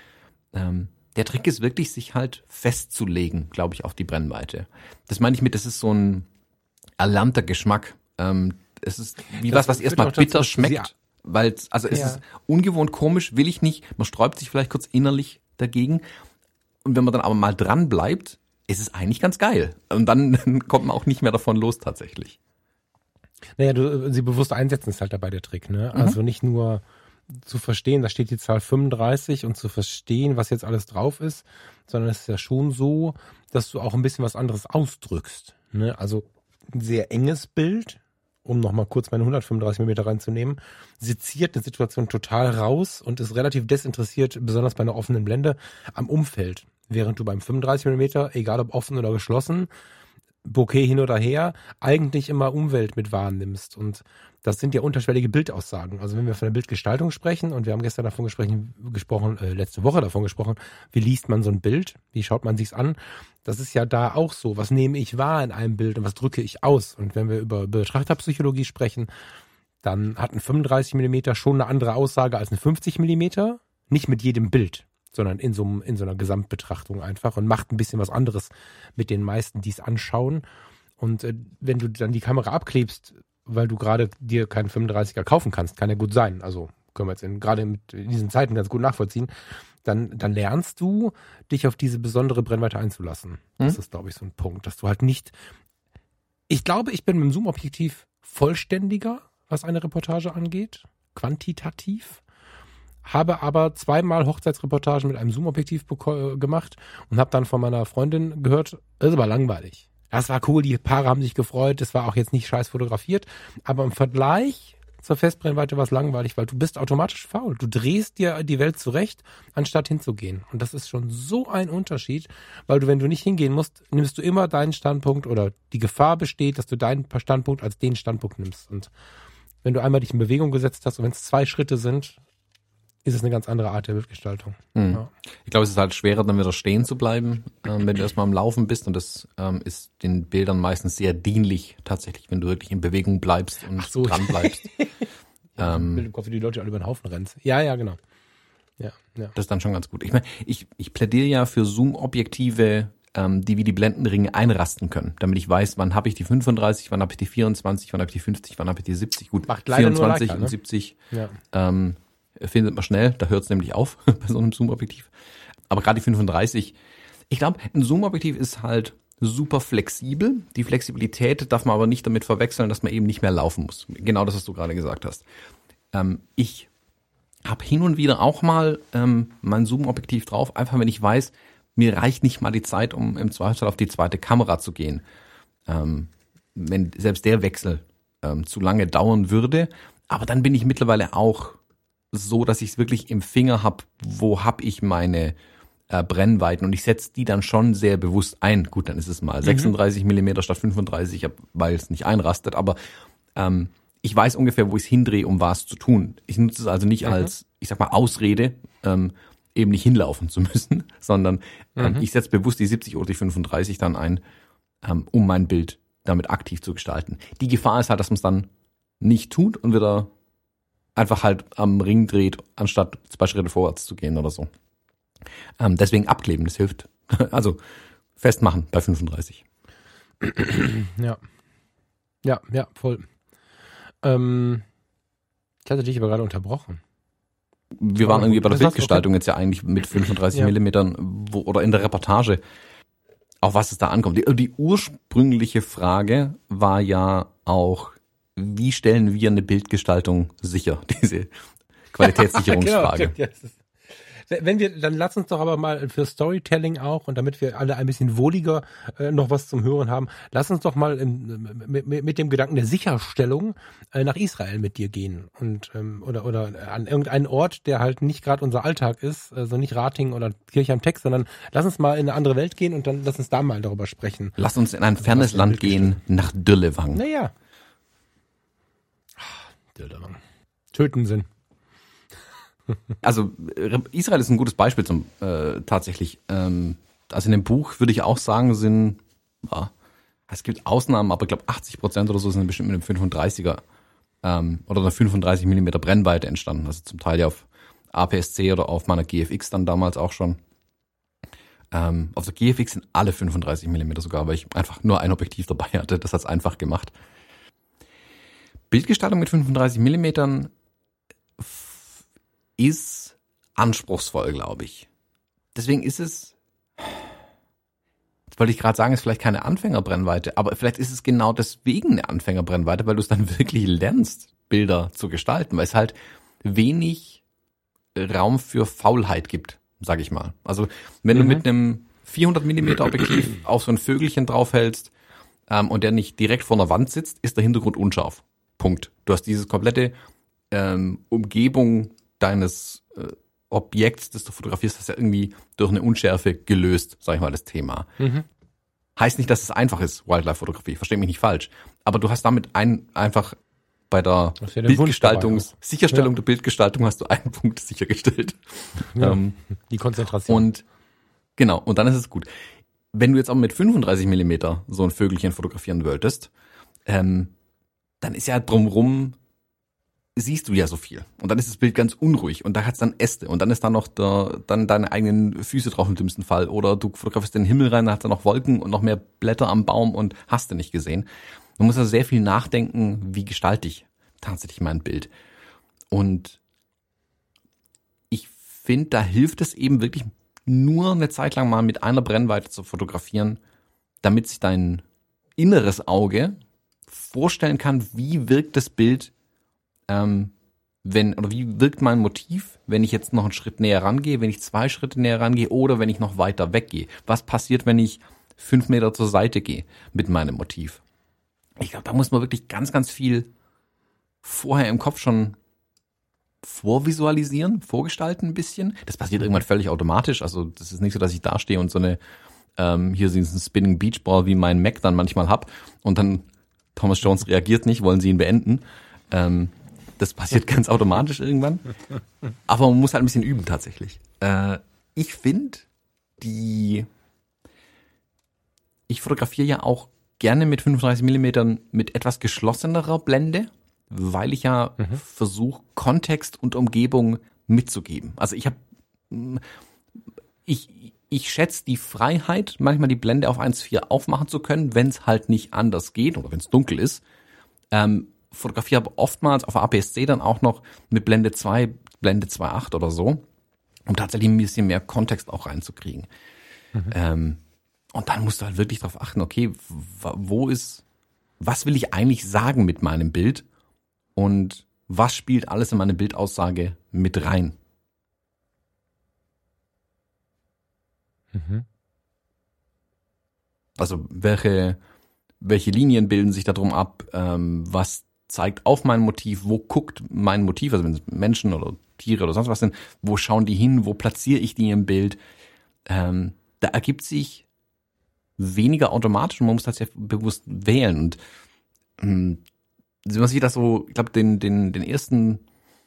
Der Trick ist wirklich, sich halt festzulegen, glaube ich, auf die Brennweite. Das meine ich mit, das ist so ein erlernter Geschmack. Es ist wie was erstmal bitter schmeckt, weil es ist ungewohnt komisch, will ich nicht. Man sträubt sich vielleicht kurz innerlich dagegen. Und wenn man dann aber mal dran bleibt, ist es eigentlich ganz geil. Und dann kommt man auch nicht mehr davon los tatsächlich. Naja, sie bewusst einsetzen ist halt dabei der Trick, ne? Also nicht nur zu verstehen, da steht die Zahl 35 und zu verstehen, was jetzt alles drauf ist, sondern es ist ja schon so, dass du auch ein bisschen was anderes ausdrückst, ne? Also ein sehr enges Bild, um nochmal kurz meine 135 mm reinzunehmen, seziert eine Situation total raus und ist relativ desinteressiert, besonders bei einer offenen Blende, am Umfeld. Während du beim 35 mm, egal ob offen oder geschlossen, Bokeh hin oder her, eigentlich immer Umwelt mit wahrnimmst. Und das sind ja unterschwellige Bildaussagen. Also wenn wir von der Bildgestaltung sprechen, und wir haben gestern letzte Woche davon gesprochen, wie liest man so ein Bild, wie schaut man sich's an, das ist ja da auch so. Was nehme ich wahr in einem Bild und was drücke ich aus? Und wenn wir über Betrachterpsychologie sprechen, dann hat ein 35 mm schon eine andere Aussage als ein 50 mm, nicht mit jedem Bild, sondern in so einer Gesamtbetrachtung einfach und macht ein bisschen was anderes mit den meisten, die es anschauen. Und wenn du dann die Kamera abklebst, weil du gerade dir keinen 35er kaufen kannst, kann ja gut sein, also können wir jetzt gerade in diesen Zeiten ganz gut nachvollziehen, dann lernst du, dich auf diese besondere Brennweite einzulassen. Das ist, glaube ich, so ein Punkt, dass du halt nicht, ich glaube, ich bin mit dem Zoom-Objektiv vollständiger, was eine Reportage angeht, quantitativ, habe aber 2-mal Hochzeitsreportagen mit einem Zoom-Objektiv gemacht und habe dann von meiner Freundin gehört, das ist aber langweilig. Das war cool, die Paare haben sich gefreut, das war auch jetzt nicht scheiß fotografiert, aber im Vergleich zur Festbrennweite war es langweilig, weil du bist automatisch faul. Du drehst dir die Welt zurecht, anstatt hinzugehen. Und das ist schon so ein Unterschied, weil du, wenn du nicht hingehen musst, nimmst du immer deinen Standpunkt oder die Gefahr besteht, dass du deinen Standpunkt als den Standpunkt nimmst. Und wenn du einmal dich in Bewegung gesetzt hast und wenn es 2 Schritte sind, ist es eine ganz andere Art der Bildgestaltung. Ja. Ich glaube, es ist halt schwerer, dann wieder stehen zu bleiben, wenn du erstmal am Laufen bist. Und das ist den Bildern meistens sehr dienlich, tatsächlich, wenn du wirklich in Bewegung bleibst und dran bleibst. Im Kopf, wie die Leute alle über den Haufen rennen. Ja, genau. Ja. Das ist dann schon ganz gut. Ich meine, ich plädiere ja für Zoom-Objektive, die wie die Blendenringe einrasten können, damit ich weiß, wann habe ich die 35, wann habe ich die 24, wann habe ich die 50, wann habe ich die 70. Gut, macht leider 24 nur Leica, und 70 Ja. Findet man schnell, da hört es nämlich auf bei so einem Zoom-Objektiv. Aber gerade die 35, ich glaube, ein Zoom-Objektiv ist halt super flexibel. Die Flexibilität darf man aber nicht damit verwechseln, dass man eben nicht mehr laufen muss. Genau das, was du gerade gesagt hast. Ich habe hin und wieder auch mal mein Zoom-Objektiv drauf, einfach wenn ich weiß, mir reicht nicht mal die Zeit, um im Zweifelsfall auf die zweite Kamera zu gehen. Wenn selbst der Wechsel zu lange dauern würde. Aber dann bin ich mittlerweile auch so, dass ich es wirklich im Finger habe, wo habe ich meine Brennweiten, und ich setze die dann schon sehr bewusst ein. Gut, dann ist es mal 36 mm statt 35, weil es nicht einrastet, aber ich weiß ungefähr, wo ich es hindrehe, um was zu tun. Ich nutze es also nicht als, ich sag mal, Ausrede, eben nicht hinlaufen zu müssen, sondern ich setze bewusst die 70 oder die 35 dann ein, um mein Bild damit aktiv zu gestalten. Die Gefahr ist halt, dass man es dann nicht tut und wieder einfach halt am Ring dreht, anstatt 2 Schritte vorwärts zu gehen oder so. Deswegen abkleben, das hilft. Also festmachen bei 35. Ja. Ja, voll. Ich hatte dich aber gerade unterbrochen. Wir waren irgendwie bei der Bildgestaltung jetzt ja eigentlich mit 35 Millimetern oder in der Reportage, auf was es da ankommt. Die ursprüngliche Frage war ja auch, wie stellen wir eine Bildgestaltung sicher? Diese Qualitätssicherungsfrage. Genau, wenn wir, dann lass uns doch aber mal für Storytelling auch, und damit wir alle ein bisschen wohliger noch was zum Hören haben, lass uns doch mal mit dem Gedanken der Sicherstellung nach Israel mit dir gehen und oder an irgendeinen Ort, der halt nicht gerade unser Alltag ist, also nicht Ratingen oder Kirche am Text, sondern lass uns mal in eine andere Welt gehen und dann lass uns da mal darüber sprechen. Lass uns in ein fernes Land gehen, nach Dürlewang. Naja. Dürlewang. Töten sind. Also Israel ist ein gutes Beispiel zum tatsächlich. Also in dem Buch würde ich auch sagen, sind, es gibt Ausnahmen, aber ich glaube 80% oder so sind bestimmt mit einem 35er oder einer 35 mm Brennweite entstanden. Also zum Teil ja auf APS-C oder auf meiner GFX dann damals auch schon. Auf der GFX sind alle 35 mm sogar, weil ich einfach nur ein Objektiv dabei hatte. Das hat's einfach gemacht. Bildgestaltung mit 35 mm ist anspruchsvoll, glaube ich. Deswegen ist es, jetzt wollte ich gerade sagen, ist vielleicht keine Anfängerbrennweite, aber vielleicht ist es genau deswegen eine Anfängerbrennweite, weil du es dann wirklich lernst, Bilder zu gestalten, weil es halt wenig Raum für Faulheit gibt, sage ich mal. Also wenn du mit einem 400 mm Objektiv auf so ein Vögelchen draufhältst und der nicht direkt vor einer Wand sitzt, ist der Hintergrund unscharf. Punkt. Du hast dieses komplette Umgebung deines Objekts, das du fotografierst, hast ja irgendwie durch eine Unschärfe gelöst, sag ich mal, das Thema. Heißt nicht, dass es einfach ist, Wildlife-Fotografie, versteh mich nicht falsch. Aber du hast damit einfach bei der Sicherstellung der Bildgestaltung hast du einen Punkt sichergestellt. Ja, die Konzentration. Und genau, und dann ist es gut. Wenn du jetzt aber mit 35 mm so ein Vögelchen fotografieren wolltest, dann ist ja drumrum, siehst du ja so viel. Und dann ist das Bild ganz unruhig und da hat's dann Äste und dann ist da noch dann deine eigenen Füße drauf im dümmsten Fall oder du fotografierst den Himmel rein, da hat da noch Wolken und noch mehr Blätter am Baum und hast du nicht gesehen. Man muss also sehr viel nachdenken, wie gestalte ich tatsächlich mein Bild. Und ich finde, da hilft es eben wirklich nur eine Zeit lang mal mit einer Brennweite zu fotografieren, damit sich dein inneres Auge vorstellen kann, wie wirkt das Bild, wie wirkt mein Motiv, wenn ich jetzt noch einen Schritt näher rangehe, wenn ich 2 Schritte näher rangehe oder wenn ich noch weiter weggehe. Was passiert, wenn ich 5 Meter zur Seite gehe mit meinem Motiv? Ich glaube, da muss man wirklich ganz, ganz viel vorher im Kopf schon vorvisualisieren, vorgestalten ein bisschen. Das passiert irgendwann völlig automatisch. Also das ist nicht so, dass ich da stehe und so eine hier so einen Spinning Beach Ball wie mein Mac dann manchmal hab und dann Thomas Jones reagiert nicht, wollen sie ihn beenden. Das passiert ganz automatisch irgendwann. Aber man muss halt ein bisschen üben tatsächlich. Ich finde, ich fotografiere ja auch gerne mit 35 mm mit etwas geschlossenerer Blende, weil ich ja versuche, Kontext und Umgebung mitzugeben. Also ich schätze die Freiheit, manchmal die Blende auf 1,4 aufmachen zu können, wenn es halt nicht anders geht oder wenn es dunkel ist. Fotografiere aber oftmals auf APS-C dann auch noch mit Blende 2, Blende 2.8 oder so, um tatsächlich ein bisschen mehr Kontext auch reinzukriegen. Und Und dann musst du halt wirklich darauf achten, okay, was will ich eigentlich sagen mit meinem Bild und was spielt alles in meine Bildaussage mit rein? Also welche Linien bilden sich da drum ab? Was zeigt auf mein Motiv? Wo guckt mein Motiv? Also wenn es Menschen oder Tiere oder sonst was sind, wo schauen die hin? Wo platziere ich die im Bild? Da ergibt sich weniger automatisch und man muss das ja bewusst wählen. Und was ich da so, ich glaube, den ersten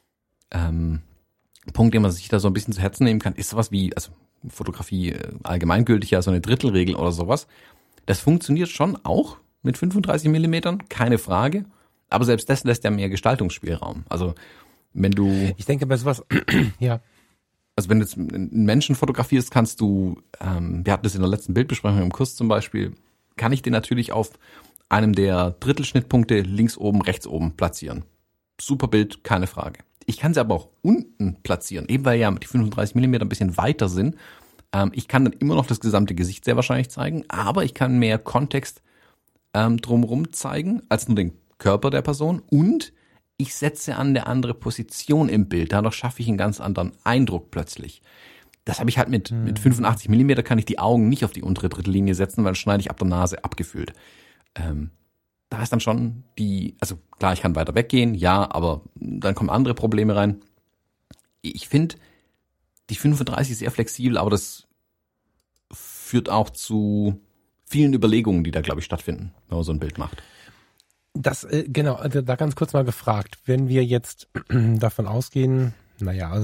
Punkt, den man sich da so ein bisschen zu Herzen nehmen kann, ist sowas wie, also Fotografie allgemeingültig, ja, so eine Drittelregel oder sowas. Das funktioniert schon auch mit 35 Millimetern, keine Frage. Aber selbst das lässt ja mehr Gestaltungsspielraum. Also wenn du... Ich denke bei sowas, ja. Also wenn du jetzt einen Menschen fotografierst, kannst du, wir hatten das in der letzten Bildbesprechung im Kurs zum Beispiel, kann ich den natürlich auf einem der Drittelschnittpunkte links oben, rechts oben platzieren. Super Bild, keine Frage. Ich kann sie aber auch unten platzieren, eben weil ja die 35 Millimeter ein bisschen weiter sind. Ich kann dann immer noch das gesamte Gesicht sehr wahrscheinlich zeigen, aber ich kann mehr Kontext drumherum zeigen, als nur den Körper der Person, und ich setze an eine andere Position im Bild. Dadurch schaffe ich einen ganz anderen Eindruck plötzlich. Das habe ich halt mit 85 Millimeter kann ich die Augen nicht auf die untere Drittellinie setzen, weil dann schneide ich ab der Nase abgefüllt. Da ist dann schon also klar, ich kann weiter weggehen, ja, aber dann kommen andere Probleme rein. Ich finde die 35 sehr flexibel, aber das führt auch zu vielen Überlegungen, die da, glaube ich, stattfinden, wenn man so ein Bild macht. Das, genau, also da ganz kurz mal gefragt, wenn wir jetzt davon ausgehen, also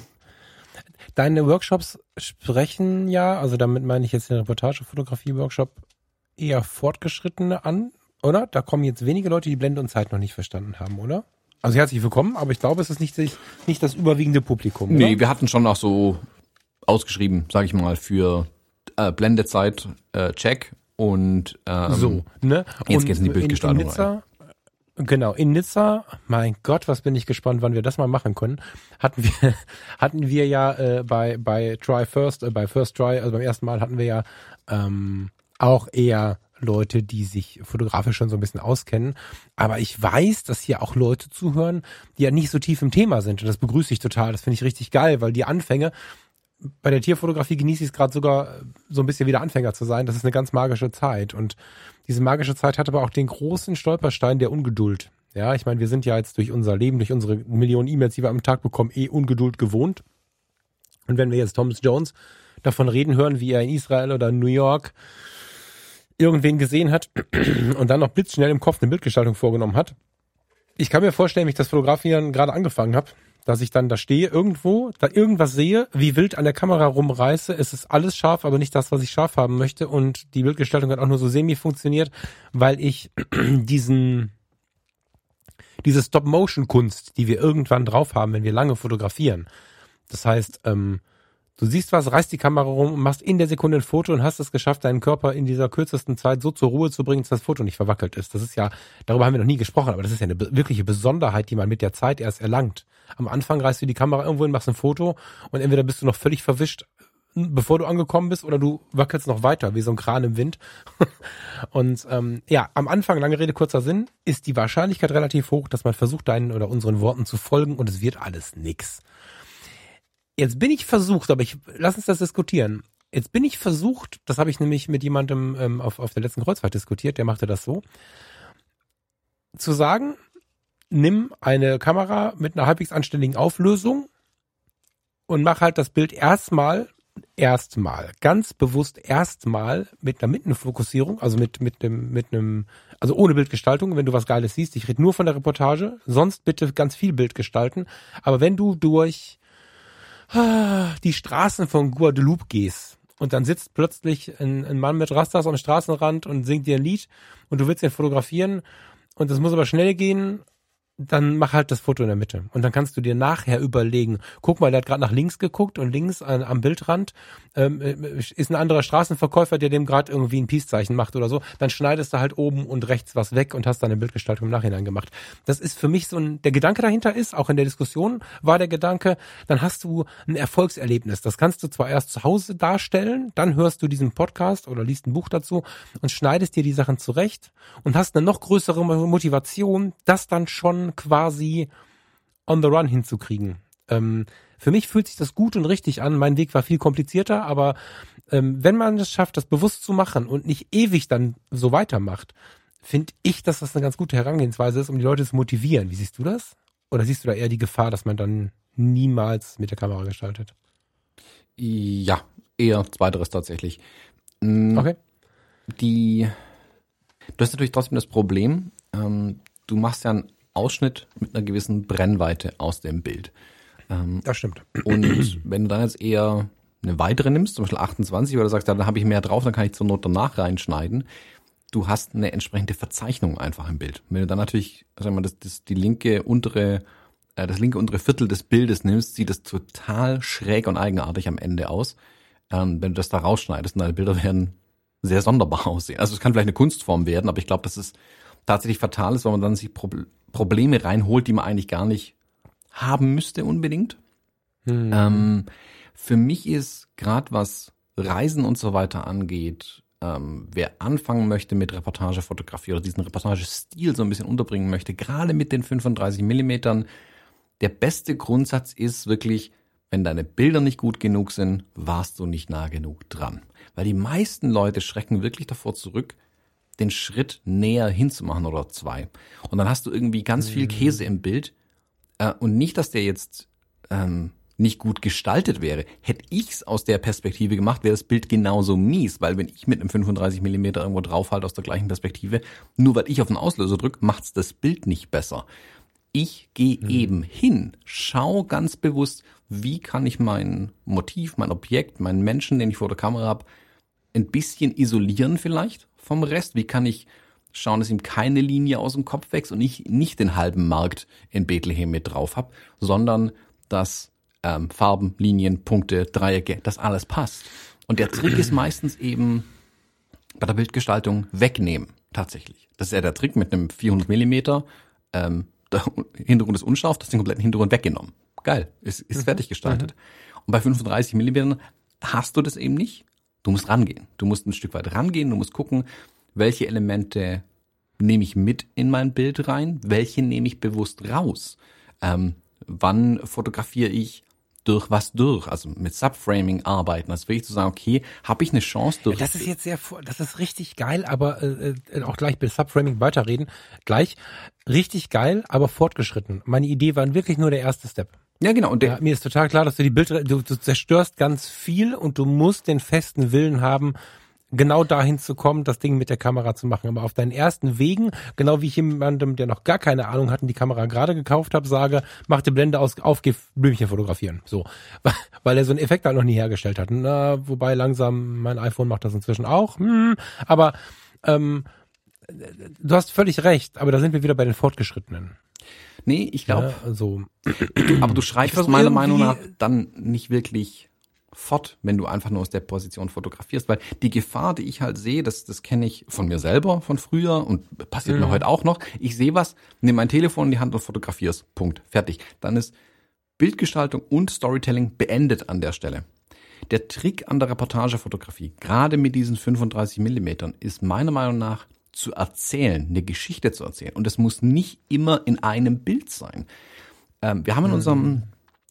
deine Workshops sprechen ja, also damit meine ich jetzt den Reportagefotografie-Workshop, eher Fortgeschrittene an, oder? Da kommen jetzt wenige Leute, die Blende und Zeit noch nicht verstanden haben, oder? Also herzlich willkommen, aber ich glaube, es ist nicht das überwiegende Publikum, oder? Nee, wir hatten schon auch so ausgeschrieben, sage ich mal, für Blendezeit, Check. Und so, ne? Jetzt geht's in die Bildgestaltung in Nizza, rein. Genau, in Nizza, mein Gott, was bin ich gespannt, wann wir das mal machen können. Hatten wir ja bei Try First, bei First Try, also beim ersten Mal hatten wir ja auch eher Leute, die sich fotografisch schon so ein bisschen auskennen. Aber ich weiß, dass hier auch Leute zuhören, die ja nicht so tief im Thema sind. Und das begrüße ich total. Das finde ich richtig geil, weil die Anfänge, bei der Tierfotografie genieße ich es gerade sogar so ein bisschen wieder Anfänger zu sein. Das ist eine ganz magische Zeit. Und diese magische Zeit hat aber auch den großen Stolperstein der Ungeduld. Ja, ich meine, wir sind ja jetzt durch unser Leben, durch unsere Millionen E-Mails, die wir am Tag bekommen, Ungeduld gewohnt. Und wenn wir jetzt Thomas Jones davon reden hören, wie er in Israel oder in New York irgendwen gesehen hat und dann noch blitzschnell im Kopf eine Bildgestaltung vorgenommen hat. Ich kann mir vorstellen, wie ich das Fotografieren gerade angefangen habe, dass ich dann da stehe irgendwo, da irgendwas sehe, wie wild an der Kamera rumreiße. Es ist alles scharf, aber nicht das, was ich scharf haben möchte. Und die Bildgestaltung hat auch nur so semi funktioniert, weil ich diese Stop-Motion-Kunst, die wir irgendwann drauf haben, wenn wir lange fotografieren. Das heißt, du siehst was, reißt die Kamera rum und machst in der Sekunde ein Foto und hast es geschafft, deinen Körper in dieser kürzesten Zeit so zur Ruhe zu bringen, dass das Foto nicht verwackelt ist. Das ist ja, darüber haben wir noch nie gesprochen, aber das ist ja eine wirkliche Besonderheit, die man mit der Zeit erst erlangt. Am Anfang reißt du die Kamera irgendwo hin, machst ein Foto und entweder bist du noch völlig verwischt, bevor du angekommen bist, oder du wackelst noch weiter, wie so ein Kran im Wind. Und am Anfang, lange Rede, kurzer Sinn, ist die Wahrscheinlichkeit relativ hoch, dass man versucht, deinen oder unseren Worten zu folgen, und es wird alles nix. Jetzt bin ich versucht, aber lass uns das diskutieren. Jetzt bin ich versucht, das habe ich nämlich mit jemandem auf der letzten Kreuzfahrt diskutiert, der machte das so, zu sagen, nimm eine Kamera mit einer halbwegs anständigen Auflösung und mach halt das Bild erstmal, ganz bewusst erstmal mit einer Mittenfokussierung, also mit einem, also ohne Bildgestaltung, wenn du was Geiles siehst. Ich rede nur von der Reportage, sonst bitte ganz viel Bild gestalten. Aber wenn du durch die Straßen von Guadeloupe gehst und dann sitzt plötzlich ein Mann mit Rastas am Straßenrand und singt dir ein Lied und du willst ihn fotografieren und das muss aber schnell gehen, dann mach halt das Foto in der Mitte. Und dann kannst du dir nachher überlegen, guck mal, der hat gerade nach links geguckt und links am Bildrand ist ein anderer Straßenverkäufer, der dem gerade irgendwie ein Peace-Zeichen macht oder so. Dann schneidest du halt oben und rechts was weg und hast dann eine Bildgestaltung im Nachhinein gemacht. Das ist für mich der Gedanke dahinter ist, auch in der Diskussion war der Gedanke, dann hast du ein Erfolgserlebnis. Das kannst du zwar erst zu Hause darstellen, dann hörst du diesen Podcast oder liest ein Buch dazu und schneidest dir die Sachen zurecht und hast eine noch größere Motivation, das dann schon quasi on the run hinzukriegen. Für mich fühlt sich das gut und richtig an. Mein Weg war viel komplizierter, aber wenn man es schafft, das bewusst zu machen und nicht ewig dann so weitermacht, finde ich, dass das eine ganz gute Herangehensweise ist, um die Leute zu motivieren. Wie siehst du das? Oder siehst du da eher die Gefahr, dass man dann niemals mit der Kamera gestaltet? Ja, eher zweiteres tatsächlich. Okay. Du hast natürlich trotzdem das Problem, du machst ja einen Ausschnitt mit einer gewissen Brennweite aus dem Bild. Das stimmt. Und wenn du dann jetzt eher eine weitere nimmst, zum Beispiel 28, weil du sagst, ja, dann habe ich mehr drauf, dann kann ich zur Not danach reinschneiden. Du hast eine entsprechende Verzeichnung einfach im Bild. Wenn du dann natürlich, sagen wir mal, das linke untere Viertel des Bildes nimmst, sieht das total schräg und eigenartig am Ende aus. Wenn du das da rausschneidest und deine Bilder werden sehr sonderbar aussehen. Also es kann vielleicht eine Kunstform werden, aber ich glaube, dass es tatsächlich fatal ist, weil man dann sich Probleme reinholt, die man eigentlich gar nicht haben müsste unbedingt. Für mich ist gerade was Reisen und so weiter angeht, wer anfangen möchte mit Reportagefotografie oder diesen Reportagestil so ein bisschen unterbringen möchte, gerade mit den 35 Millimetern, der beste Grundsatz ist wirklich, wenn deine Bilder nicht gut genug sind, warst du nicht nah genug dran. Weil die meisten Leute schrecken wirklich davor zurück, den Schritt näher hinzumachen oder zwei. Und dann hast du irgendwie ganz viel Käse im Bild. Und nicht, dass der jetzt nicht gut gestaltet wäre. Hätte ich's aus der Perspektive gemacht, wäre das Bild genauso mies. Weil wenn ich mit einem 35 Millimeter irgendwo draufhalte aus der gleichen Perspektive, nur weil ich auf den Auslöser drücke, macht's das Bild nicht besser. Ich gehe eben hin, schau ganz bewusst, wie kann ich mein Motiv, mein Objekt, meinen Menschen, den ich vor der Kamera habe, ein bisschen isolieren vielleicht vom Rest. Wie kann ich schauen, dass ihm keine Linie aus dem Kopf wächst und ich nicht den halben Markt in Bethlehem mit drauf habe, sondern dass Farben, Linien, Punkte, Dreiecke, das alles passt. Und der Trick ist meistens eben bei der Bildgestaltung wegnehmen, tatsächlich. Das ist ja der Trick mit einem 400 Millimeter, der Hintergrund ist unscharf, das ist den kompletten Hintergrund weggenommen. Geil, ist fertig gestaltet. Und bei 35 Millimetern hast du das eben nicht. Du musst rangehen. Du musst ein Stück weit rangehen, du musst gucken, welche Elemente nehme ich mit in mein Bild rein, welche nehme ich bewusst raus. Wann fotografiere ich durch was durch, also mit Subframing arbeiten, also wirklich zu sagen, okay, habe ich eine Chance durch... Ja, das ist jetzt das ist richtig geil, aber auch gleich bei Subframing weiterreden, gleich richtig geil, aber fortgeschritten. Meine Idee war wirklich nur der erste Step. Ja, genau. Und mir ist total klar, dass du die Bilder, du zerstörst ganz viel und du musst den festen Willen haben, genau dahin zu kommen, das Ding mit der Kamera zu machen. Aber auf deinen ersten Wegen, genau wie ich jemandem, der noch gar keine Ahnung hat und die Kamera gerade gekauft hat, sage, mach die Blende aus, auf, geh Blümchen fotografieren. So. Weil er so einen Effekt halt noch nie hergestellt hat. Na, wobei langsam, mein iPhone macht das inzwischen auch. Aber du hast völlig recht, aber da sind wir wieder bei den Fortgeschrittenen. Nee, ich glaube, ja, so. Aber du schreibst meiner Meinung nach dann nicht wirklich fort, wenn du einfach nur aus der Position fotografierst, weil die Gefahr, die ich halt sehe, das kenne ich von mir selber, von früher und passiert mir heute auch noch. Ich sehe was, nehme mein Telefon in die Hand und fotografier's. Punkt. Fertig. Dann ist Bildgestaltung und Storytelling beendet an der Stelle. Der Trick an der Reportagefotografie, gerade mit diesen 35 Millimetern, ist meiner Meinung nach zu erzählen, eine Geschichte zu erzählen. Und es muss nicht immer in einem Bild sein. Wir haben in unserem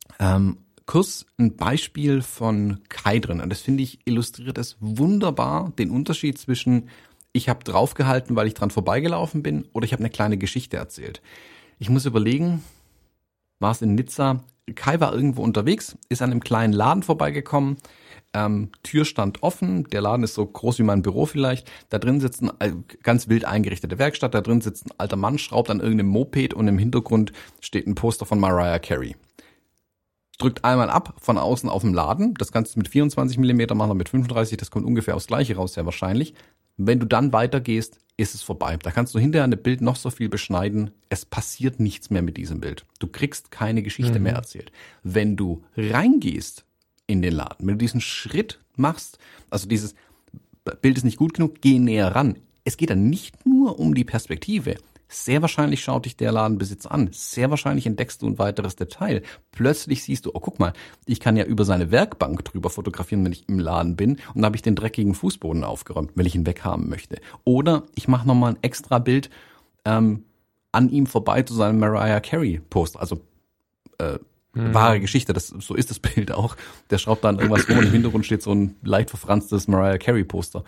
Kurs ein Beispiel von Kai drin. Und das finde ich illustriert es wunderbar, den Unterschied zwischen ich habe draufgehalten, weil ich dran vorbeigelaufen bin, oder ich habe eine kleine Geschichte erzählt. Ich muss überlegen, war es in Nizza? Kai war irgendwo unterwegs, ist an einem kleinen Laden vorbeigekommen, Tür stand offen, der Laden ist so groß wie mein Büro vielleicht, da drin sitzt eine ganz wild eingerichtete Werkstatt, da drin sitzt ein alter Mann, schraubt an irgendeinem Moped und im Hintergrund steht ein Poster von Mariah Carey. Drückt einmal ab von außen auf dem Laden, das kannst du mit 24 mm machen oder mit 35, das kommt ungefähr aufs Gleiche raus, sehr wahrscheinlich. Wenn du dann weitergehst, ist es vorbei. Da kannst du hinterher ein Bild noch so viel beschneiden. Es passiert nichts mehr mit diesem Bild. Du kriegst keine Geschichte mehr erzählt. Wenn du reingehst in den Laden, wenn du diesen Schritt machst, also dieses Bild ist nicht gut genug, geh näher ran. Es geht dann nicht nur um die Perspektive. Sehr wahrscheinlich schaut dich der Ladenbesitzer an. Sehr wahrscheinlich entdeckst du ein weiteres Detail. Plötzlich siehst du, oh guck mal, ich kann ja über seine Werkbank drüber fotografieren, wenn ich im Laden bin. Und dann habe ich den dreckigen Fußboden aufgeräumt, weil ich ihn weghaben möchte. Oder ich mache nochmal ein extra Bild an ihm vorbei zu seinem Mariah Carey Poster. Also wahre Geschichte, so ist das Bild auch. Der schraubt dann irgendwas rum und im Hintergrund steht so ein leicht verfranstes Mariah Carey Poster.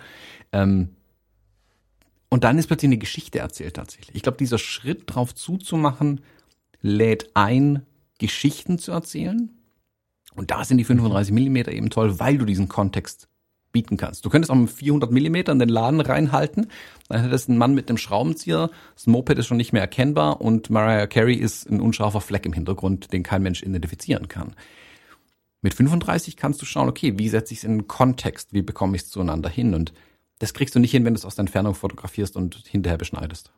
Und dann ist plötzlich eine Geschichte erzählt tatsächlich. Ich glaube, dieser Schritt drauf zuzumachen, lädt ein, Geschichten zu erzählen. Und da sind die 35 Millimeter eben toll, weil du diesen Kontext bieten kannst. Du könntest auch mit 400 Millimeter in den Laden reinhalten. Dann hättest du einen Mann mit einem Schraubenzieher. Das Moped ist schon nicht mehr erkennbar und Mariah Carey ist ein unscharfer Fleck im Hintergrund, den kein Mensch identifizieren kann. Mit 35 kannst du schauen, okay, wie setze ich es in den Kontext? Wie bekomme ich es zueinander hin? Und das kriegst du nicht hin, wenn du es aus der Entfernung fotografierst und hinterher beschneidest.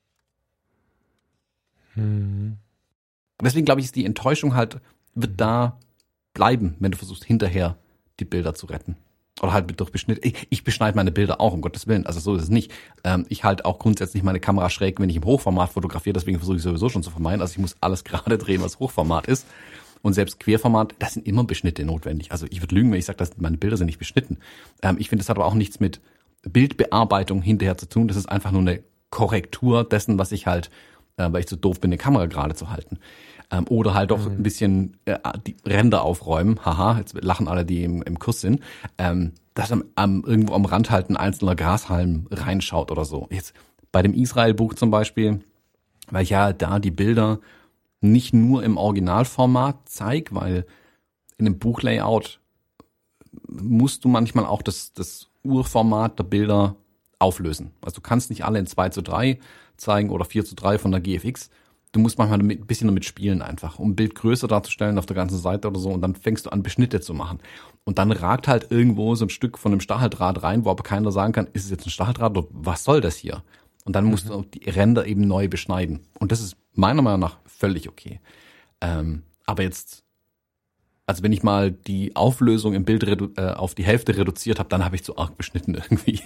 Deswegen glaube ich, ist die Enttäuschung halt, wird da bleiben, wenn du versuchst, hinterher die Bilder zu retten. Oder halt durch Beschnitt. Ich beschneide meine Bilder auch, um Gottes Willen. Also so ist es nicht. Ich halte auch grundsätzlich meine Kamera schräg, wenn ich im Hochformat fotografiere. Deswegen versuche ich sowieso schon zu vermeiden. Also ich muss alles gerade drehen, was Hochformat ist. Und selbst Querformat, da sind immer Beschnitte notwendig. Also ich würde lügen, wenn ich sage, dass meine Bilder sind nicht beschnitten. Ich finde, das hat aber auch nichts mit Bildbearbeitung hinterher zu tun. Das ist einfach nur eine Korrektur dessen, was ich halt, weil ich zu doof bin, eine Kamera gerade zu halten. Oder halt auch ein bisschen die Ränder aufräumen. Haha, jetzt lachen alle, die im Kurs sind. Dass irgendwo am Rand halt ein einzelner Grashalm reinschaut oder so. Jetzt bei dem Israel-Buch zum Beispiel, weil ich ja da die Bilder nicht nur im Originalformat zeige, weil in dem Buchlayout musst du manchmal auch das Urformat der Bilder auflösen. Also du kannst nicht alle in 2:3 zeigen oder 4:3 von der GFX. Du musst manchmal ein bisschen damit spielen einfach, um ein Bild größer darzustellen auf der ganzen Seite oder so und dann fängst du an, Beschnitte zu machen. Und dann ragt halt irgendwo so ein Stück von einem Stacheldraht rein, wo aber keiner sagen kann, ist es jetzt ein Stacheldraht oder was soll das hier? Und dann musst du die Ränder eben neu beschneiden. Und das ist meiner Meinung nach völlig okay. Aber jetzt, also wenn ich mal die Auflösung im Bild auf die Hälfte reduziert habe, dann habe ich zu arg beschnitten irgendwie.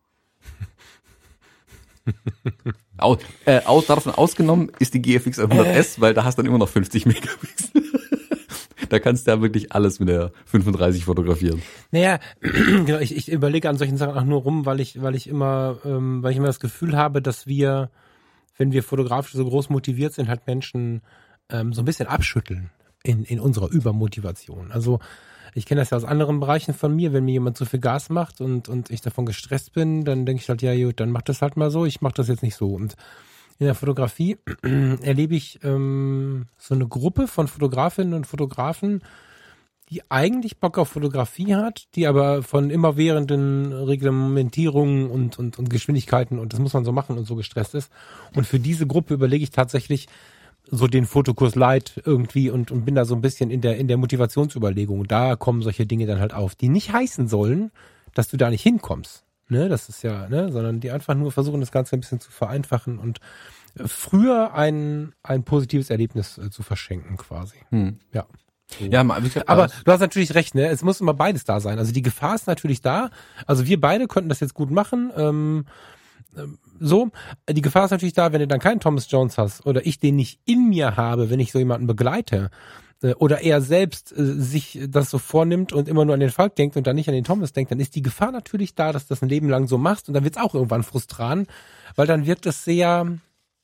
Davon ausgenommen ist die GFX 100S, weil da hast du dann immer noch 50 Megapixel. Da kannst du ja wirklich alles mit der 35 fotografieren. Naja, genau, ich überlege an solchen Sachen auch nur rum, weil ich immer das Gefühl habe, dass wir, wenn wir fotografisch so groß motiviert sind, halt Menschen so ein bisschen abschütteln in unserer Übermotivation. Also ich kenne das ja aus anderen Bereichen von mir, wenn mir jemand zu viel Gas macht und ich davon gestresst bin, dann denke ich halt, ja gut, dann mach das halt mal so, ich mache das jetzt nicht so. Und in der Fotografie erlebe ich so eine Gruppe von Fotografinnen und Fotografen, die eigentlich Bock auf Fotografie hat, die aber von immerwährenden Reglementierungen und Geschwindigkeiten und das muss man so machen und so gestresst ist. Und für diese Gruppe überlege ich tatsächlich so den Fotokurs Light irgendwie und bin da so ein bisschen in der Motivationsüberlegung. Da kommen solche Dinge dann halt auf, die nicht heißen sollen, dass du da nicht hinkommst. Ne, das ist ja, ne, sondern die einfach nur versuchen, das Ganze ein bisschen zu vereinfachen und früher ein positives Erlebnis zu verschenken quasi. Ja. So. Ja, aber du hast natürlich recht, ne? Es muss immer beides da sein. Also die Gefahr ist natürlich da. Also wir beide könnten das jetzt gut machen. So, die Gefahr ist natürlich da, wenn du dann keinen Thomas Jones hast oder ich den nicht in mir habe, wenn ich so jemanden begleite oder er selbst sich das so vornimmt und immer nur an den Falk denkt und dann nicht an den Thomas denkt, dann ist die Gefahr natürlich da, dass du das ein Leben lang so machst und dann wird es auch irgendwann frustrant, weil dann wird es sehr,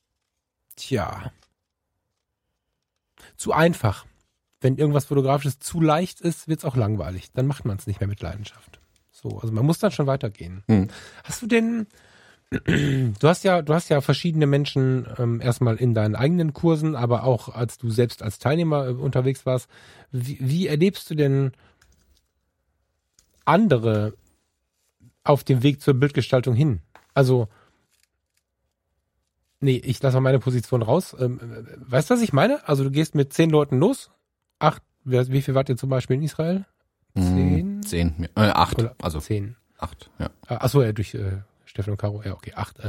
zu einfach. Wenn irgendwas Fotografisches zu leicht ist, wird es auch langweilig. Dann macht man es nicht mehr mit Leidenschaft. So, also man muss dann schon weitergehen. Hast du denn Du hast ja verschiedene Menschen erstmal in deinen eigenen Kursen, aber auch als du selbst als Teilnehmer unterwegs warst. Wie erlebst du denn andere auf dem Weg zur Bildgestaltung hin? Also, nee, ich lasse mal meine Position raus. Weißt du, was ich meine? Also du gehst mit 10 Leuten los. 8, wie viel wart ihr zum Beispiel in Israel? 10? 10, 8. Oder also 10. 8, ja. Achso, ja, durch Steffen und Caro, ja okay, 8.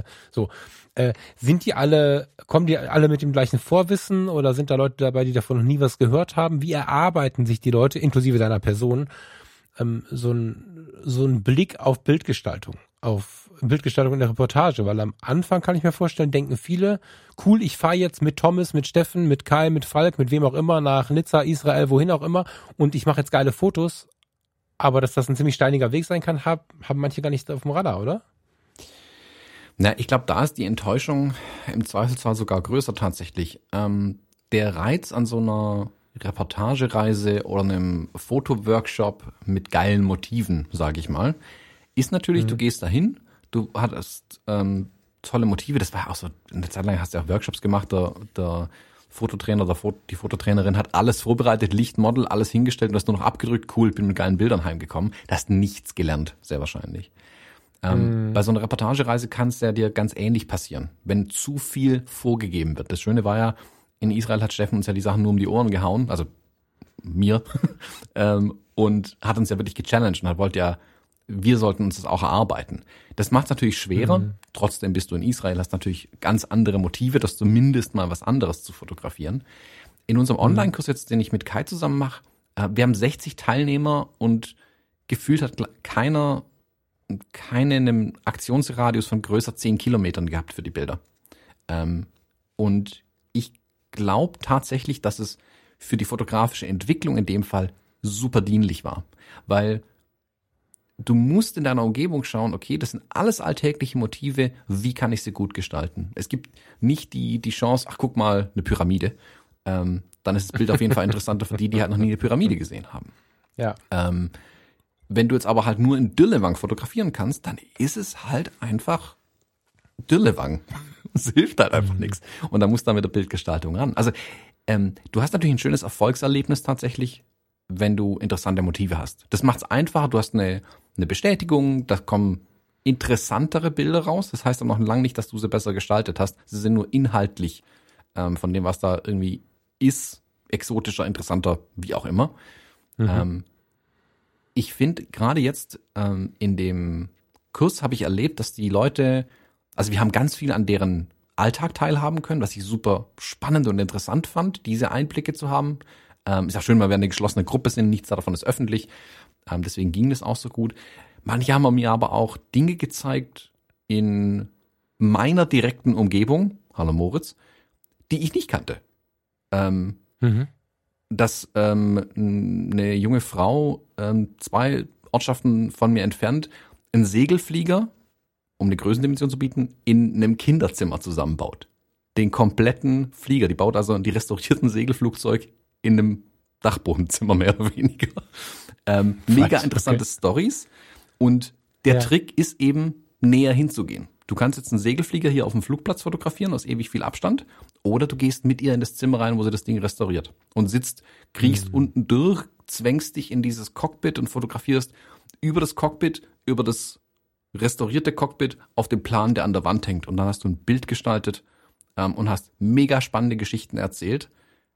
Kommen die alle mit dem gleichen Vorwissen oder sind da Leute dabei, die davon noch nie was gehört haben? Wie erarbeiten sich die Leute, inklusive deiner Person, so ein Blick auf Bildgestaltung in der Reportage? Weil am Anfang kann ich mir vorstellen, denken viele, cool, ich fahre jetzt mit Thomas, mit Steffen, mit Kai, mit Falk, mit wem auch immer nach Nizza, Israel, wohin auch immer und ich mache jetzt geile Fotos. Aber dass das ein ziemlich steiniger Weg sein kann, haben manche gar nicht auf dem Radar, oder? Na, ich glaube, da ist die Enttäuschung im Zweifelsfall sogar größer tatsächlich. Der Reiz an so einer Reportagereise oder einem Fotoworkshop mit geilen Motiven, sage ich mal, ist natürlich, du gehst dahin, du hattest tolle Motive, das war auch so, eine Zeit lang hast du ja auch Workshops gemacht, der Fototrainer oder die Fototrainerin hat alles vorbereitet, Lichtmodel, alles hingestellt und du hast nur noch abgedrückt, cool, bin mit geilen Bildern heimgekommen. Da hast nichts gelernt, sehr wahrscheinlich. Bei so einer Reportagereise kann es ja dir ganz ähnlich passieren, wenn zu viel vorgegeben wird. Das Schöne war ja, in Israel hat Steffen uns ja die Sachen nur um die Ohren gehauen, also mir, und hat uns ja wirklich gechallenged und wollte ja, wir sollten uns das auch erarbeiten. Das macht es natürlich schwerer. Trotzdem bist du in Israel, hast natürlich ganz andere Motive, das zumindest mal was anderes zu fotografieren. In unserem Online-Kurs jetzt, den ich mit Kai zusammen mache, wir haben 60 Teilnehmer und gefühlt hat keiner einen Aktionsradius von größer 10 Kilometern gehabt für die Bilder. Und ich glaube tatsächlich, dass es für die fotografische Entwicklung in dem Fall super dienlich war. Weil du musst in deiner Umgebung schauen, okay, das sind alles alltägliche Motive, wie kann ich sie gut gestalten? Es gibt nicht die Chance, ach guck mal, eine Pyramide. Dann ist das Bild auf jeden Fall interessanter für die halt noch nie eine Pyramide gesehen haben. Ja. Wenn du jetzt aber halt nur in Dirlewang fotografieren kannst, dann ist es halt einfach Dirlewang. Es hilft halt einfach nichts. Und dann musst du dann mit der Bildgestaltung ran. Also du hast natürlich ein schönes Erfolgserlebnis tatsächlich, wenn du interessante Motive hast. Das macht's einfacher, du hast eine Bestätigung, da kommen interessantere Bilder raus. Das heißt aber noch lange nicht, dass du sie besser gestaltet hast. Sie sind nur inhaltlich von dem, was da irgendwie ist, exotischer, interessanter, wie auch immer. Ich finde, gerade jetzt in dem Kurs habe ich erlebt, dass die Leute, also wir haben ganz viel an deren Alltag teilhaben können, was ich super spannend und interessant fand, diese Einblicke zu haben. Ist auch schön, weil wir eine geschlossene Gruppe sind, nichts davon ist öffentlich. Deswegen ging das auch so gut. Manche haben mir aber auch Dinge gezeigt in meiner direkten Umgebung, hallo Moritz, die ich nicht kannte. Dass eine junge Frau 2 Ortschaften von mir entfernt einen Segelflieger, um eine Größendimension zu bieten, in einem Kinderzimmer zusammenbaut. Den kompletten Flieger. Die baut also die restaurierten Segelflugzeug in einem Dachbodenzimmer mehr oder weniger. Mega interessante Storys. Und der Trick ist eben, näher hinzugehen. Du kannst jetzt einen Segelflieger hier auf dem Flugplatz fotografieren, aus ewig viel Abstand, oder du gehst mit ihr in das Zimmer rein, wo sie das Ding restauriert und kriegst unten durch, zwängst dich in dieses Cockpit und fotografierst über das Cockpit, über das restaurierte Cockpit auf dem Plan, der an der Wand hängt. Und dann hast du ein Bild gestaltet und hast mega spannende Geschichten erzählt,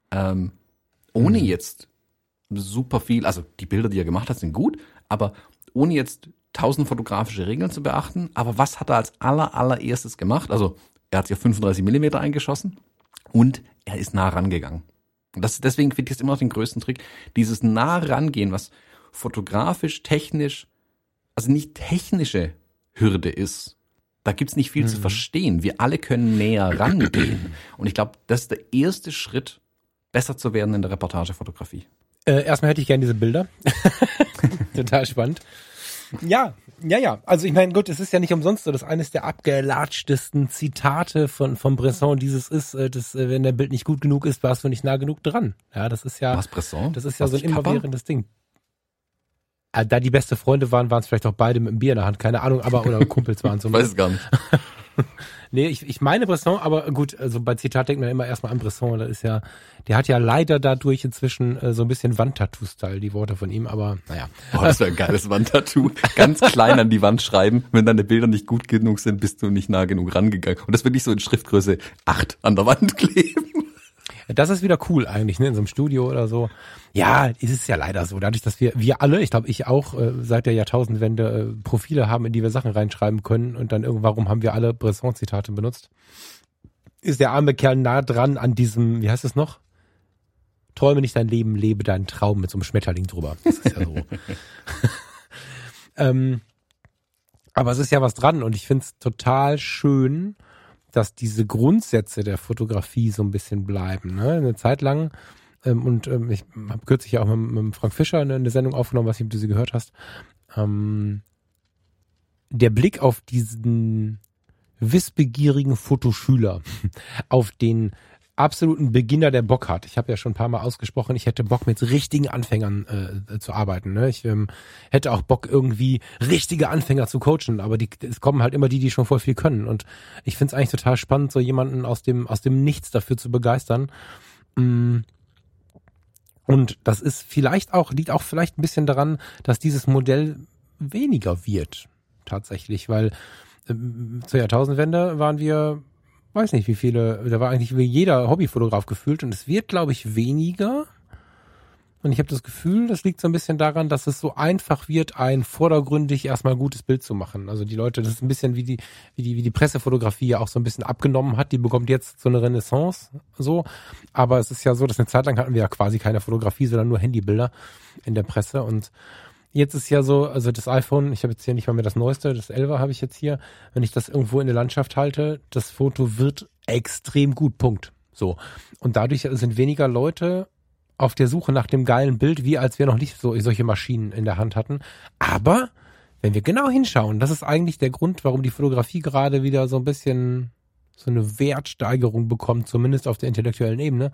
ohne jetzt super viel, also die Bilder, die er gemacht hat, sind gut, aber ohne jetzt 1000 fotografische Regeln zu beachten. Aber was hat er als allererstes gemacht? Also er hat sich auf 35 mm eingeschossen und er ist nah rangegangen. Und deswegen finde ich das immer noch den größten Trick. Dieses nah rangehen, was fotografisch, technisch, also nicht technische Hürde ist. Da gibt's nicht viel zu verstehen. Wir alle können näher rangehen. Und ich glaube, das ist der erste Schritt, besser zu werden in der Reportagefotografie. Erstmal hätte ich gerne diese Bilder. Total spannend. Ja. Also ich meine, gut, es ist ja nicht umsonst so, dass eines der abgelatschtesten Zitate von Bresson dieses ist, dass wenn der Bild nicht gut genug ist, warst du nicht nah genug dran. Ja, das ist ja. Was, Bresson? Das ist ja so ein immerwährendes Ding. Da die beste Freunde waren es vielleicht auch beide mit einem Bier in der Hand, keine Ahnung, aber oder Kumpels waren es. Ich weiß es gar nicht. Nee, ich meine Bresson, aber gut, also bei Zitat denkt man immer erstmal an Bresson, das ist ja, der hat ja leider dadurch inzwischen so ein bisschen Wandtattoo-Style, die Worte von ihm, aber naja. Oh, das wäre ein geiles Wandtattoo. Ganz klein an die Wand schreiben, wenn deine Bilder nicht gut genug sind, bist du nicht nah genug rangegangen. Und das würde ich so in Schriftgröße 8 an der Wand kleben. Das ist wieder cool eigentlich, ne, in so einem Studio oder so. Ja, es ist ja leider so, dadurch, dass wir alle, ich glaube ich auch, seit der Jahrtausendwende Profile haben, in die wir Sachen reinschreiben können und dann warum haben wir alle Bresson-Zitate benutzt, ist der arme Kerl nah dran an diesem, wie heißt es noch? Träume nicht dein Leben, lebe deinen Traum mit so einem Schmetterling drüber. Das ist ja so. Aber es ist ja was dran und ich finde es total schön, dass diese Grundsätze der Fotografie so ein bisschen bleiben. Ne? Eine Zeit lang, ich habe kürzlich ja auch mit Frank Fischer eine Sendung aufgenommen, was ich, ob du sie gehört hast. Der Blick auf diesen wissbegierigen Fotoschüler, auf den absoluten Beginner, der Bock hat. Ich habe ja schon ein paar Mal ausgesprochen, ich hätte Bock, mit richtigen Anfängern zu arbeiten. Ne? Ich hätte auch Bock, irgendwie richtige Anfänger zu coachen, aber es kommen halt immer die schon voll viel können. Und ich finde es eigentlich total spannend, so jemanden aus dem Nichts dafür zu begeistern. Und das ist liegt auch vielleicht ein bisschen daran, dass dieses Modell weniger wird, tatsächlich, weil zur Jahrtausendwende waren wir, weiß nicht wie viele, da war eigentlich wie jeder Hobbyfotograf gefühlt und es wird, glaube ich, weniger. Und ich habe das Gefühl, das liegt so ein bisschen daran, dass es so einfach wird, ein vordergründig erstmal gutes Bild zu machen. Also die Leute, das ist ein bisschen wie die Pressefotografie ja auch so ein bisschen abgenommen hat. Die bekommt jetzt so eine Renaissance, so. Aber es ist ja so, dass eine Zeit lang hatten wir ja quasi keine Fotografie, sondern nur Handybilder in der Presse. Und jetzt ist ja so, also das iPhone, ich habe jetzt hier nicht mal mehr das Neueste, das 11er habe ich jetzt hier. Wenn ich das irgendwo in der Landschaft halte, das Foto wird extrem gut, Punkt. So. Und dadurch sind weniger Leute auf der Suche nach dem geilen Bild, wie als wir noch nicht solche Maschinen in der Hand hatten. Aber wenn wir genau hinschauen, das ist eigentlich der Grund, warum die Fotografie gerade wieder so ein bisschen so eine Wertsteigerung bekommt, zumindest auf der intellektuellen Ebene.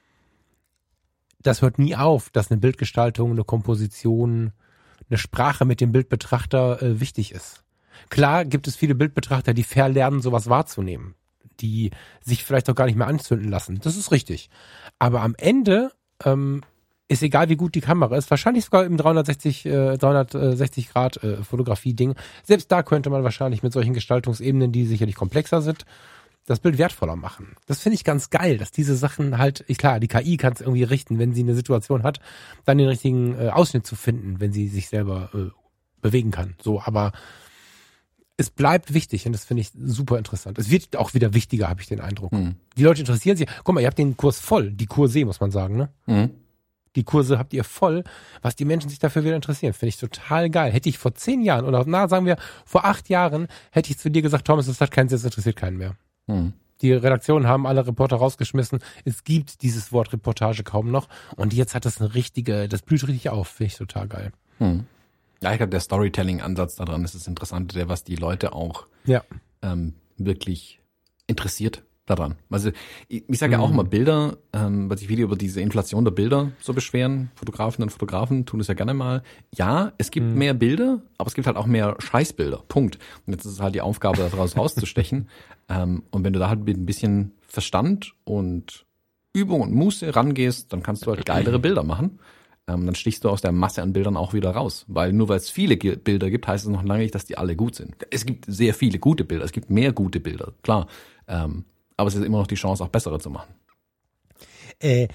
Das hört nie auf, dass eine Bildgestaltung, eine Komposition, eine Sprache mit dem Bildbetrachter wichtig ist. Klar gibt es viele Bildbetrachter, die verlernen, sowas wahrzunehmen, die sich vielleicht auch gar nicht mehr anzünden lassen. Das ist richtig. Aber am Ende ist egal, wie gut die Kamera ist, wahrscheinlich sogar im 360 Grad Fotografie-Ding. Selbst da könnte man wahrscheinlich mit solchen Gestaltungsebenen, die sicherlich komplexer sind, das Bild wertvoller machen. Das finde ich ganz geil, dass diese Sachen halt, klar, die KI kann es irgendwie richten, wenn sie eine Situation hat, dann den richtigen Ausschnitt zu finden, wenn sie sich selber bewegen kann. So, aber es bleibt wichtig und das finde ich super interessant. Es wird auch wieder wichtiger, habe ich den Eindruck. Mhm. Die Leute interessieren sich. Guck mal, ihr habt den Kurs voll, die Kurse, muss man sagen, ne? Mhm. Die Kurse habt ihr voll, was die Menschen sich dafür wieder interessieren. Finde ich total geil. Hätte ich vor 10 Jahren oder sagen wir vor 8 Jahren, hätte ich zu dir gesagt, Thomas, das hat keinen Sinn, das interessiert keinen mehr. Mhm. Die Redaktionen haben alle Reporter rausgeschmissen. Es gibt dieses Wort Reportage kaum noch. Und jetzt hat das das blüht richtig auf. Finde ich total geil. Mhm. Ja, ich glaube, der Storytelling-Ansatz daran ist das Interessante, der was die Leute auch wirklich interessiert daran. Also ich sage ja auch immer Bilder, weil sich viele über diese Inflation der Bilder so beschweren. Fotografen und Fotografen tun es ja gerne mal. Ja, es gibt mehr Bilder, aber es gibt halt auch mehr Scheißbilder. Punkt. Und jetzt ist es halt die Aufgabe, daraus rauszustechen. Und wenn du da halt mit ein bisschen Verstand und Übung und Muße rangehst, dann kannst du halt geilere Bilder machen. Dann stichst du aus der Masse an Bildern auch wieder raus. Weil nur weil es viele Bilder gibt, heißt es noch lange nicht, dass die alle gut sind. Es gibt sehr viele gute Bilder, es gibt mehr gute Bilder, klar. Aber es ist immer noch die Chance, auch bessere zu machen. Du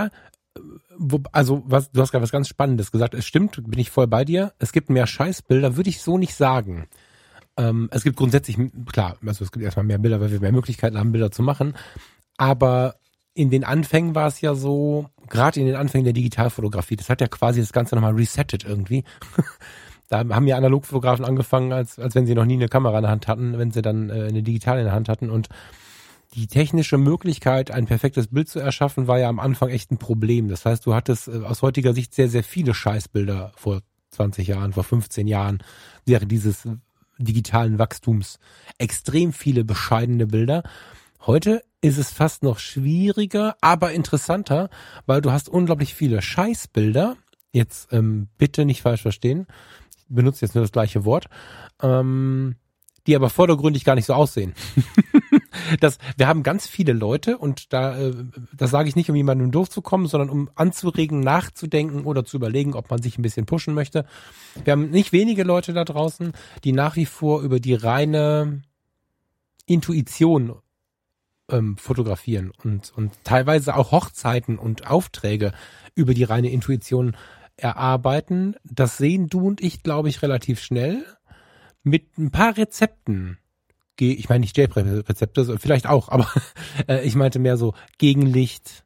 hast gerade was ganz Spannendes gesagt. Es stimmt, bin ich voll bei dir. Es gibt mehr Scheißbilder, würde ich so nicht sagen. Es gibt grundsätzlich, klar, also es gibt erstmal mehr Bilder, weil wir mehr Möglichkeiten haben, Bilder zu machen. Aber in den Anfängen war es ja so, gerade in den Anfängen der Digitalfotografie, das hat ja quasi das Ganze nochmal resettet irgendwie. Da haben ja Analogfotografen angefangen, als wenn sie noch nie eine Kamera in der Hand hatten, wenn sie dann eine digitale in der Hand hatten. Und die technische Möglichkeit, ein perfektes Bild zu erschaffen, war ja am Anfang echt ein Problem. Das heißt, du hattest aus heutiger Sicht sehr, sehr viele Scheißbilder vor 20 Jahren, vor 15 Jahren, während dieses digitalen Wachstums. Extrem viele bescheidene Bilder. Heute ist es fast noch schwieriger, aber interessanter, weil du hast unglaublich viele Scheißbilder. Jetzt bitte nicht falsch verstehen. Ich benutze jetzt nur das gleiche Wort. Die aber vordergründig gar nicht so aussehen. Wir haben ganz viele Leute und das sage ich nicht, um jemandem durchzukommen, sondern um anzuregen, nachzudenken oder zu überlegen, ob man sich ein bisschen pushen möchte. Wir haben nicht wenige Leute da draußen, die nach wie vor über die reine Intuition fotografieren und teilweise auch Hochzeiten und Aufträge über die reine Intuition erarbeiten. Das sehen du und ich, glaube ich, relativ schnell. Mit ein paar Rezepten. Ich meine nicht JPEG-Rezepte, vielleicht auch, aber ich meinte mehr so Gegenlicht,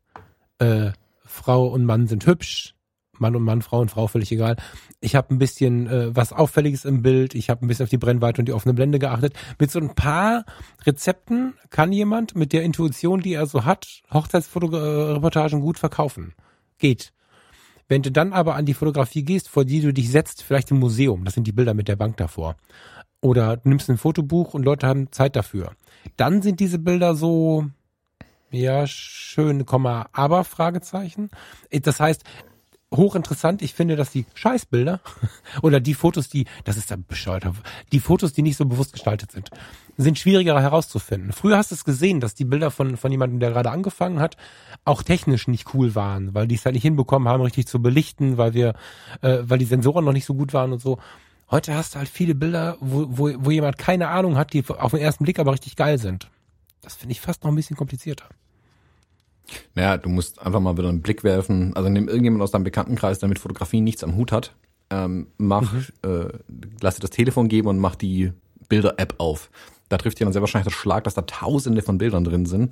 Frau und Mann sind hübsch, Mann und Mann, Frau und Frau, völlig egal. Ich habe ein bisschen was Auffälliges im Bild, ich habe ein bisschen auf die Brennweite und die offene Blende geachtet. Mit so ein paar Rezepten kann jemand mit der Intuition, die er so hat, Hochzeitsreportagen gut verkaufen. Geht. Wenn du dann aber an die Fotografie gehst, vor die du dich setzt, vielleicht im Museum, das sind die Bilder mit der Bank davor, oder du nimmst ein Fotobuch und Leute haben Zeit dafür, dann sind diese Bilder so, ja, schön, aber Fragezeichen. Das heißt, hochinteressant, ich finde, dass die Scheißbilder oder die Fotos, das ist dann bescheuert, die Fotos, die nicht so bewusst gestaltet sind schwieriger herauszufinden. Früher hast du es gesehen, dass die Bilder von jemandem, der gerade angefangen hat, auch technisch nicht cool waren, weil die es halt nicht hinbekommen haben, richtig zu belichten, weil die Sensoren noch nicht so gut waren und so. Heute hast du halt viele Bilder, wo jemand keine Ahnung hat, die auf den ersten Blick aber richtig geil sind. Das finde ich fast noch ein bisschen komplizierter. Naja, du musst einfach mal wieder einen Blick werfen. Also nimm irgendjemand aus deinem Bekanntenkreis, der mit Fotografie nichts am Hut hat. Lass dir das Telefon geben und mach die Bilder-App auf. Da trifft jemand sehr wahrscheinlich das Schlag, dass da Tausende von Bildern drin sind,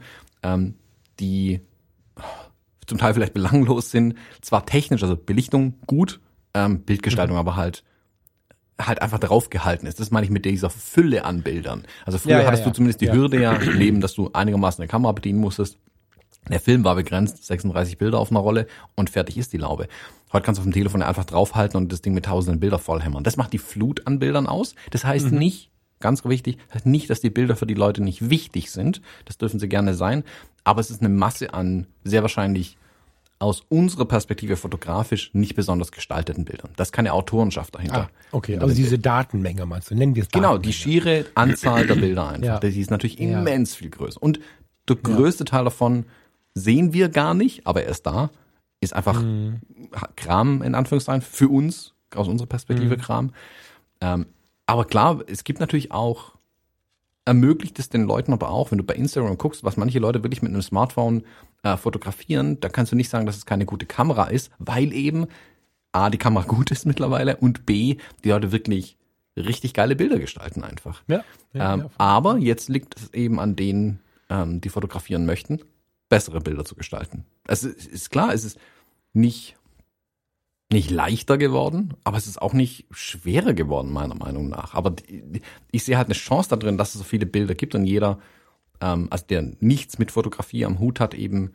die zum Teil vielleicht belanglos sind. Zwar technisch, also Belichtung gut, Bildgestaltung aber halt einfach draufgehalten ist. Das meine ich mit dieser Fülle an Bildern. Also früher hattest du zumindest die Hürde im Leben, dass du einigermaßen eine Kamera bedienen musstest. Der Film war begrenzt, 36 Bilder auf einer Rolle und fertig ist die Laube. Heute kannst du auf dem Telefon einfach draufhalten und das Ding mit tausenden Bilder vollhämmern. Das macht die Flut an Bildern aus. Das heißt nicht, ganz wichtig, das heißt nicht, dass die Bilder für die Leute nicht wichtig sind. Das dürfen sie gerne sein. Aber es ist eine Masse an sehr wahrscheinlich aus unserer Perspektive fotografisch nicht besonders gestalteten Bildern. Da ist keine Autorenschaft dahinter. Okay, also diese Datenmenge meinst du, nennen wir es Datenmenge. Genau, die schiere Anzahl der Bilder einfach. Ja. Die ist natürlich immens viel größer. Und der größte Teil davon sehen wir gar nicht, aber er ist da. Ist einfach Kram, in Anführungszeichen, für uns, aus unserer Perspektive Kram. Aber klar, es gibt natürlich auch, ermöglicht es den Leuten aber auch, wenn du bei Instagram guckst, was manche Leute wirklich mit einem Smartphone fotografieren, da kannst du nicht sagen, dass es keine gute Kamera ist, weil eben A, die Kamera gut ist mittlerweile und B, die Leute wirklich richtig geile Bilder gestalten einfach. Aber jetzt liegt es eben an denen, die fotografieren möchten, bessere Bilder zu gestalten. Es ist klar, es ist nicht leichter geworden, aber es ist auch nicht schwerer geworden, meiner Meinung nach. Aber ich sehe halt eine Chance da drin, dass es so viele Bilder gibt und jeder, also der nichts mit Fotografie am Hut hat, eben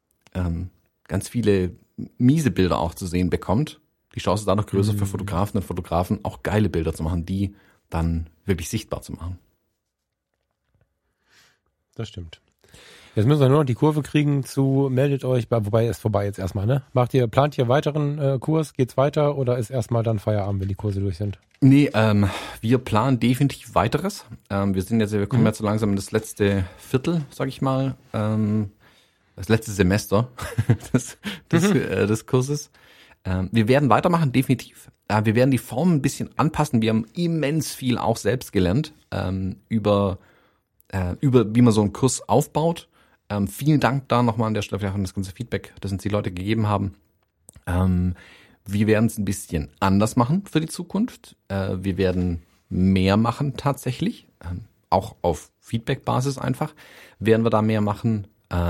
ganz viele miese Bilder auch zu sehen bekommt. Die Chance ist dadurch größer für Fotografen und Fotografen, auch geile Bilder zu machen, die dann wirklich sichtbar zu machen. Das stimmt. Jetzt müssen wir nur noch die Kurve kriegen meldet euch, wobei ist vorbei jetzt erstmal, ne? Plant ihr weiteren Kurs, geht's weiter oder ist erstmal dann Feierabend, wenn die Kurse durch sind? Nee, wir planen definitiv weiteres. Wir kommen jetzt so langsam in das letzte Viertel, sag ich mal, das letzte Semester des Kurses. Wir werden weitermachen, definitiv. Wir werden die Form ein bisschen anpassen. Wir haben immens viel auch selbst gelernt, über wie man so einen Kurs aufbaut. Vielen Dank da nochmal an der Stelle für das ganze Feedback, das uns die Leute gegeben haben. Wir werden es ein bisschen anders machen für die Zukunft. Wir werden mehr machen tatsächlich, auch auf Feedback-Basis einfach. Werden wir da mehr machen.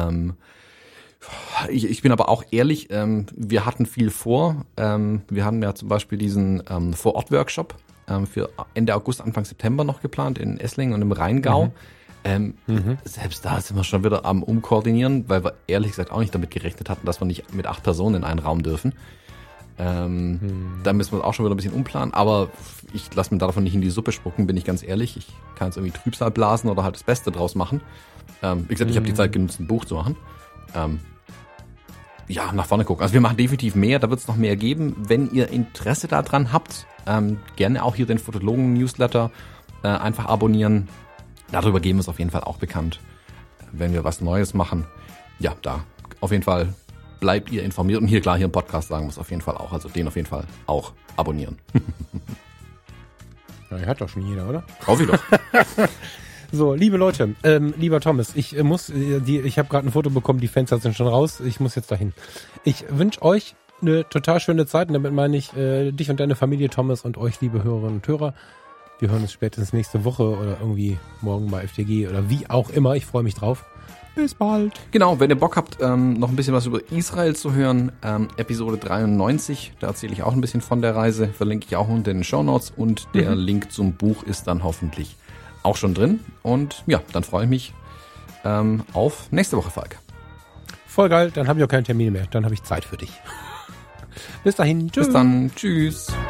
Ich bin aber auch ehrlich, wir hatten viel vor. Wir haben ja zum Beispiel diesen Vor-Ort-Workshop für Ende August, Anfang September noch geplant in Esslingen und im Rheingau. Selbst da sind wir schon wieder am Umkoordinieren, weil wir ehrlich gesagt auch nicht damit gerechnet hatten, dass wir nicht mit 8 Personen in einen Raum dürfen. Da müssen wir auch schon wieder ein bisschen umplanen, aber ich lasse mir davon nicht in die Suppe spucken, bin ich ganz ehrlich. Ich kann jetzt irgendwie Trübsal blasen oder halt das Beste draus machen. Wie gesagt, ich habe die Zeit genutzt, ein Buch zu machen. Nach vorne gucken. Also wir machen definitiv mehr, da wird es noch mehr geben. Wenn ihr Interesse daran habt, gerne auch hier den Fotologen-Newsletter einfach abonnieren. Darüber geben wir es auf jeden Fall auch bekannt, wenn wir was Neues machen. Ja, da auf jeden Fall bleibt ihr informiert. Und hier im Podcast sagen wir es auf jeden Fall auch. Also den auf jeden Fall auch abonnieren. Ja, hat doch schon jeder, oder? Hoffe ich doch. So, liebe Leute, lieber Thomas, ich habe gerade ein Foto bekommen, die Fenster sind schon raus, ich muss jetzt dahin. Ich wünsche euch eine total schöne Zeit und damit meine ich dich und deine Familie, Thomas, und euch, liebe Hörerinnen und Hörer. Wir hören uns spätestens nächste Woche oder irgendwie morgen bei FTG oder wie auch immer. Ich freue mich drauf. Bis bald. Genau, wenn ihr Bock habt, noch ein bisschen was über Israel zu hören, Episode 93, da erzähle ich auch ein bisschen von der Reise, verlinke ich auch unter in den Shownotes und der Link zum Buch ist dann hoffentlich auch schon drin. Und ja, dann freue ich mich auf nächste Woche, Falk. Voll geil, dann habe ich auch keine Termine mehr, dann habe ich Zeit für dich. Bis dahin, tschüss. Bis dann, tschüss.